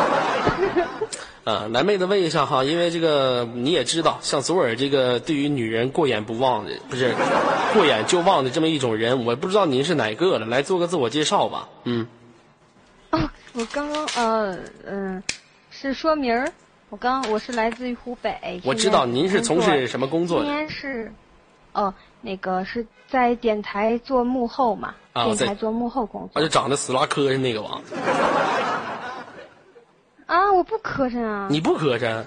来，妹子问一下哈，因为这个你也知道，像左耳这个对于女人过眼不忘的，不是过眼就忘的这么一种人，我不知道您是哪个了，来做个自我介绍吧。 我刚刚是说明儿，我是来自于湖北。 我知道您是从事什么工作的？ 今年是，那个是在电台做幕后嘛，电台做幕后工作。 就长得死拉磕碜那个吧？ 啊，我不磕碜啊。 你不磕碜？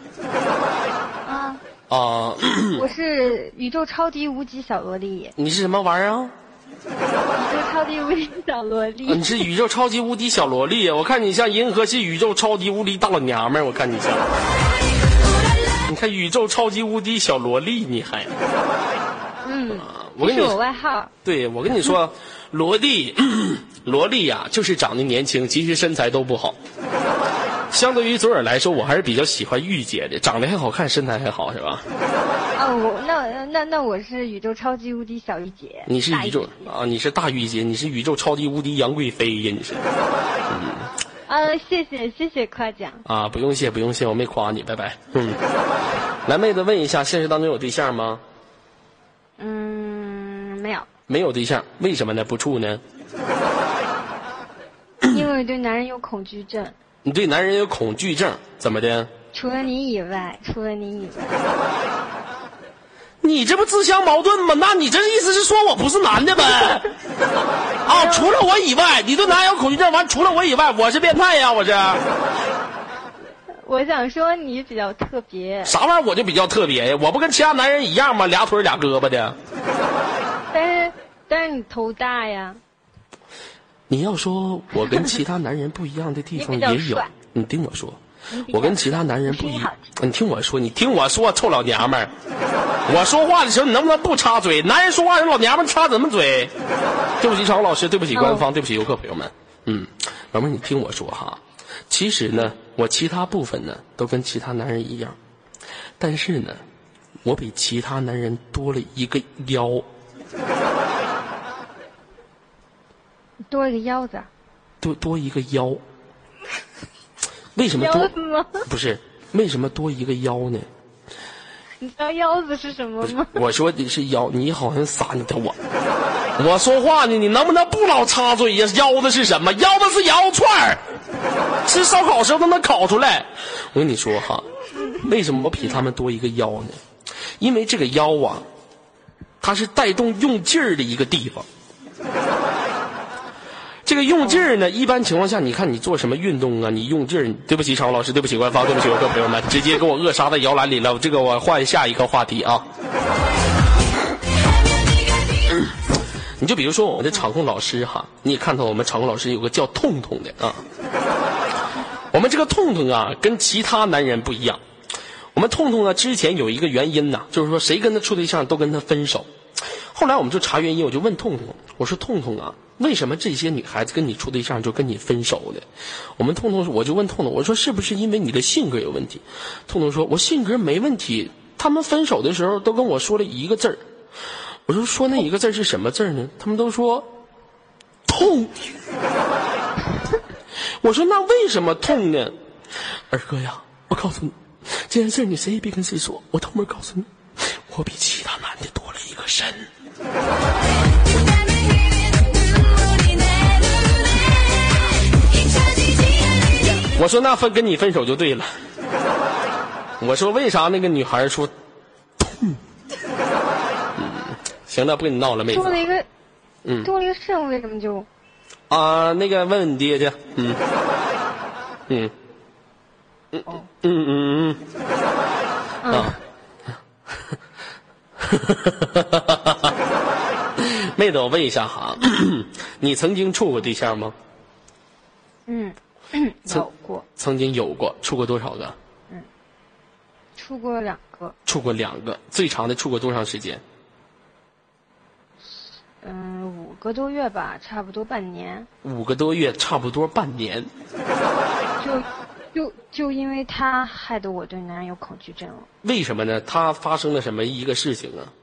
我是宇宙超级无敌小萝莉。 你是什么玩意儿啊？ 宇宙超级无敌小萝莉。 你是宇宙超级无敌小萝莉，我看你像银河系宇宙超级无敌大老娘们儿，我看你像。你看宇宙超级无敌小萝莉，你还。我跟你说， 是我外号。 对，我跟你说，萝莉呀，就是长得年轻，其实身材都不好。相对于左耳来说，我还是比较喜欢御姐的，长得还好看，身材还好，是吧？ 那我是宇宙超级无敌小御姐。 你是宇宙你是大御姐，你是宇宙超级无敌杨贵妃呀，你是。 谢谢夸奖。 不用谢，我没夸你，拜拜。来，妹子问一下，现实当中有对象吗？ 没有。 没有对象，为什么呢？不处呢？ 因为对男人有恐惧症。 你对男人有恐惧症，怎么的？ 除了你以外。 你这不自相矛盾吗？那你这意思是说我不是男的呗？除了我以外，你对男人有恐惧症，完除了我以外，我是变态呀？我是。 我想说你比较特别。 啥玩意儿？我就比较特别呀？我不跟其他男人一样吗？俩腿俩胳膊的。 但是你头大呀。 你要说我跟其他男人不一样的地方也有，你听我说，我跟其他男人不一样。你听我说，臭老娘们儿，我说话的时候你能不能不插嘴？男人说话的时候老娘们插怎么嘴？对不起常老师，对不起官方，对不起游客朋友们。老妹儿，你听我说哈，其实呢，我其他部分呢都跟其他男人一样，但是呢，我比其他男人多了一个腰。 多一个腰子。 多一个腰。为什么多？ 腰子吗？ 不是，为什么多一个腰呢？ 你知道腰子是什么吗？ 我说的是腰，你好像撒你的我说话呢，你能不能不老插嘴呀？腰子是什么？腰子是羊肉串儿，吃烧烤时候都能烤出来。我跟你说哈，为什么我比他们多一个腰呢？因为这个腰啊，它是带动用劲儿的一个地方。这个用劲儿呢，一般情况下，你看你做什么运动啊，你用劲儿，对不起常老师，对不起官方，对不起游客朋友们，直接给我扼杀在摇篮里了。这个我换下一个话题啊。你就比如说我们的场控老师哈，你也看到我们场控老师有个叫痛痛的啊。我们这个痛痛啊，跟其他男人不一样。我们痛痛呢，之前有一个原因呢，就是说谁跟他处对象都跟他分手。后来我们就查原因，我就问痛痛，我说痛痛啊，为什么这些女孩子跟你处对象就跟你分手的？我就问痛痛，我说是不是因为你的性格有问题？痛痛说，我性格没问题，他们分手的时候都跟我说了一个字儿。我说那一个字是什么字呢？他们都说痛。我说那为什么痛呢？二哥呀，我告诉你，这件事你谁也别跟谁说，我偷摸告诉你，我比其他男的多了一个肾。我说那跟你分手就对了。我说为啥那个女孩说痛？行了，不跟你闹了，妹子。 多了一个肾，为什么就？ 那个问问你爹去。妹子，我问一下哈，你曾经处过对象吗？ 有过。 曾经有过，处过多少个？ 处过2个。 处过2个，最长的处过多长时间 ？5个多月吧，差不多半年。 5个多月，差不多半年。 就因为他害得我对男人有恐惧症了。 为什么呢？他发生了什么一个事情啊？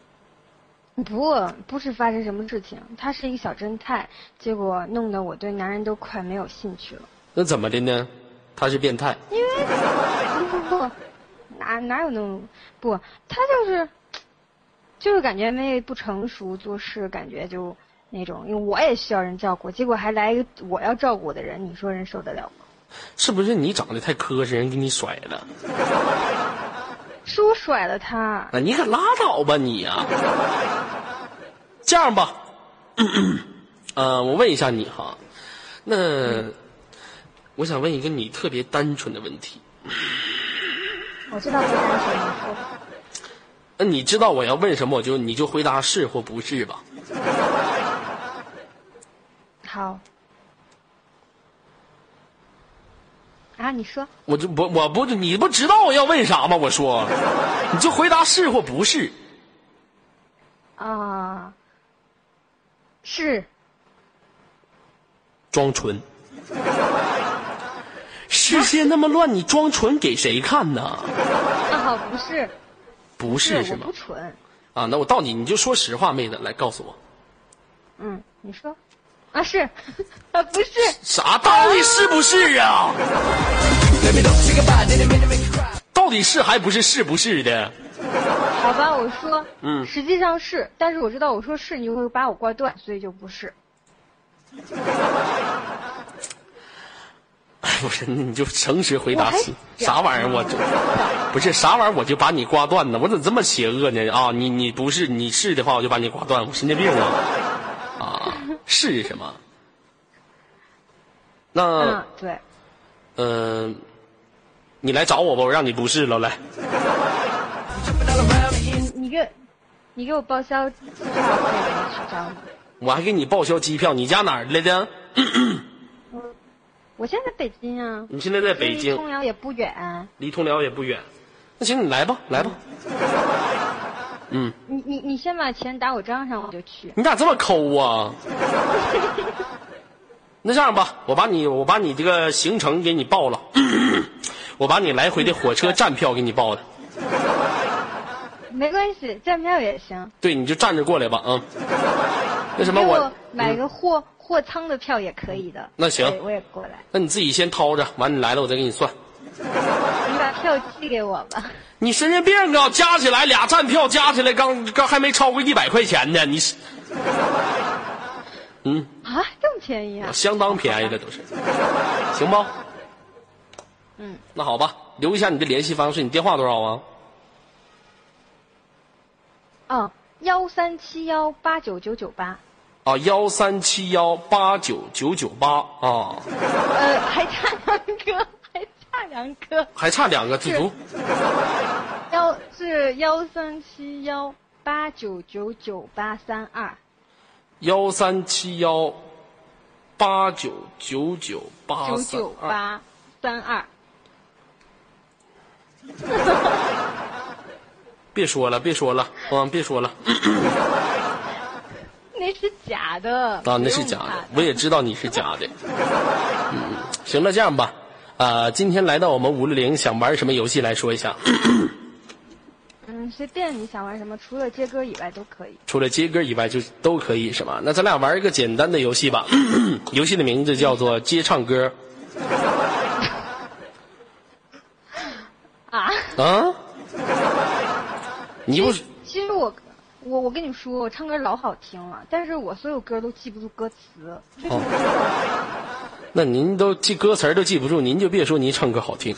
不是发生什么事情，他是一个小侦探，结果弄得我对男人都快没有兴趣了。 那怎么的呢？他是变态？ 因为不哪有那种不，他就是感觉不成熟，做事感觉就那种，因为我也需要人照顾，结果还来一个我要照顾的人，你说人受得了吗？ 是不是你长得太磕碜，人给你甩了？ 是我甩了他。 你可拉倒吧你呀！这样吧，我问一下你哈，那我想问一个你特别单纯的问题。 我知道不单纯，你说。 那你知道我要问什么，你就回答是或不是吧。 好。啊，你说。 我不你不知道我要问啥吗？我说，你就回答是或不是。 啊。是。 装纯。世界那么乱，你装纯给谁看呢？ 好，不是。 不是是吗？ 我不蠢。 啊，那我到底你就说实话，妹子，来告诉我。 你说。啊，是。啊，不是。 啥到底是不是啊？到底是还不是是不是的？ 好吧，我说。实际上是，但是我知道我说是你就会把我挂断，所以就不是。 不是，你就诚实回答啥玩意儿？我就不是啥玩意儿，我就把你挂断呢？我怎么这么邪恶呢？啊，你不是，你是的话，我就把你挂断。我神经病啊！啊，是什么？那对， 你来找我吧，我让你不是了，来。 你给我报销机票，我去找你。 我还给你报销机票，你家哪儿来的？ 我现在在北京啊。 你现在在北京， 离通辽也不远。 离通辽也不远。那行，你来吧，来吧。 你先把钱打我账上，我就去。 你咋这么抠啊？那这样吧，我把你这个行程给你报了，我把你来回的火车站票给你报的。 没关系，站票也行。 对，你就站着过来吧，那什么我买个货舱的票也可以的。 那行， 我也过来。 那你自己先掏着，完你来了我再给你算。 你把票寄给我吧。 你神经病啊！加起来俩站票加起来刚还没超过100块钱呢，你是？ 这么便宜啊？ 相当便宜了都是，行不？那好吧，留一下你的联系方式，你电话多少啊 ？137189998。 137189998啊。 还差两个， 字读。 是13718999832。 13718999832。别说了，别说了。 那是假的啊，那是假的，我也知道你是假的。行了，这样吧，今天来到我们560，想玩什么游戏来说一下？ 随便你想玩什么，除了接歌以外都可以。 除了接歌以外就都可以是吗？那咱俩玩一个简单的游戏吧。游戏的名字叫做接唱歌。你不是？ 其实我跟你说，我唱歌老好听了，但是我所有歌都记不住歌词。 那您都记歌词都记不住，您就别说您唱歌好听。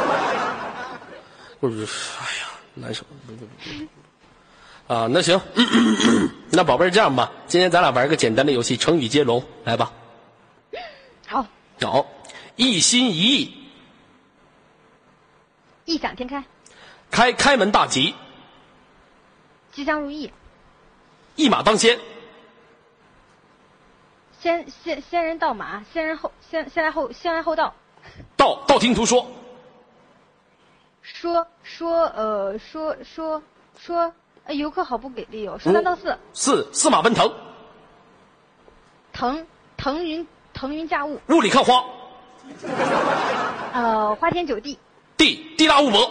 不是，哎呀，难受。那行，那宝贝儿这样吧，今天咱俩玩个简单的游戏，成语接龙，来吧。 好， 一心一意， 异想天开， 开门大吉， 吉祥如意， 一马当先， 先人到马，先来后到， 道听途说， 说游客好不给力哦，说3到4， 司马奔腾， 腾云驾雾， 雾里看花， 花天酒地， 地大物博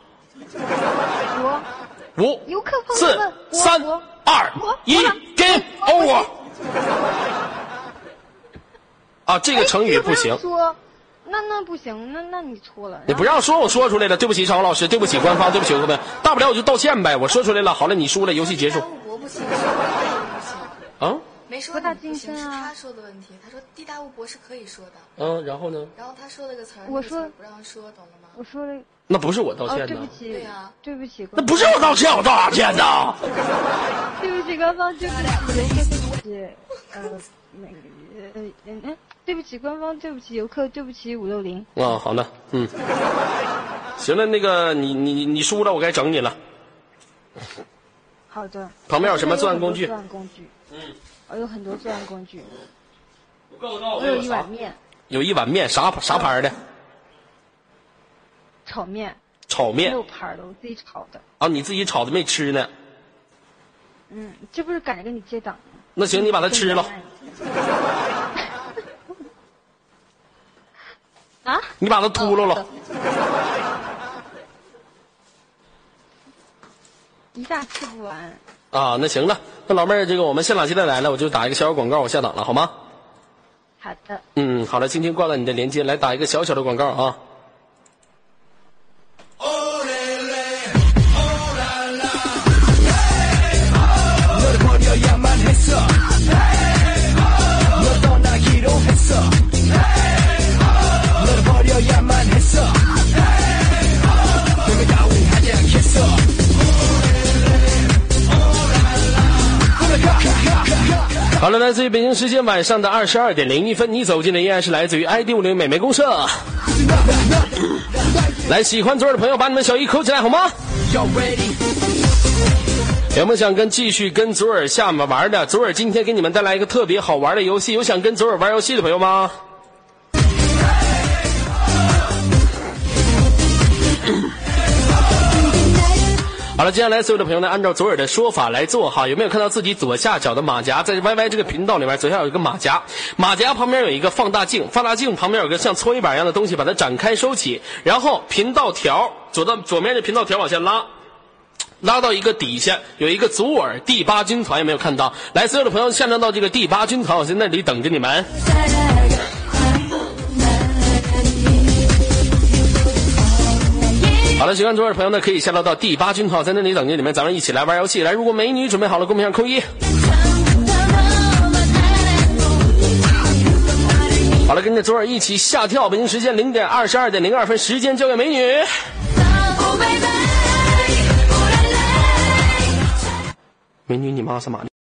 ，5 游客 4 3 2 1 Game Over。这个成语不行。 那不行，那你错了。 你不让说，我说出来了，对不起，常老师，对不起官方，对不起各位，大不了我就道歉呗，我说出来了，好了，你输了，游戏结束。 没说博大精深啊。 是他说的问题，他说地大物博是可以说的。 然后呢？ 然后他说了个词儿， 我说不让说，懂了吗？ 我说了。 那不是我道歉的。 对不起。 对呀， 对不起。 那不是我道歉，我道啥歉呢？ 对不起官方，对不起对不起官方，对不起游客，对不起560。 好的，行了，那个你输了，我该整你了。 好的。 旁边有什么作案工具？ 作案工具。我有很多作案工具。 我有一碗面。 有一碗面，啥牌的？ 炒面。 炒面。 没有牌的，我自己炒的。 你自己炒的没吃呢？ 这不是赶着跟你接档吗？ 那行，你把它吃了。 啊？ 你把它秃噜了。 一下吃不完。 那行了，那老妹儿，这个我们现场接待来了，我就打一个小广告，我下档了，好吗？ 好的。 好了，今天挂了你的连接，来打一个小的广告啊。好了，来自于北京时间晚上的22点01分，你走进的依然是来自于 ID50美眉公社。来，喜欢左耳的朋友把你们小一扣起来好吗？有没有想继续跟左耳下面玩的？左耳今天给你们带来一个特别好玩的游戏，有想跟左耳玩游戏的朋友吗？好了，接下来所有的朋友呢，按照左耳的说法来做哈。有没有看到自己左下角的马甲？在 YY 这个频道里面，左下有一个马甲，马甲旁边有一个放大镜，放大镜旁边有个像搓衣板一样的东西，把它展开收起，然后频道条左面的频道条往下拉到一个底下有一个左耳第8军团，有没有看到？来，所有的朋友下站到这个第8军团，我在那里等着你们。好了，喜欢左耳的朋友呢，可以下到第8军团，在那里等着你们，咱们一起来玩游戏。来，如果美女准备好了，公屏上扣1。好了，跟着左耳一起下跳，北京时间22点02分，时间交给美女。美女，你妈是嘛？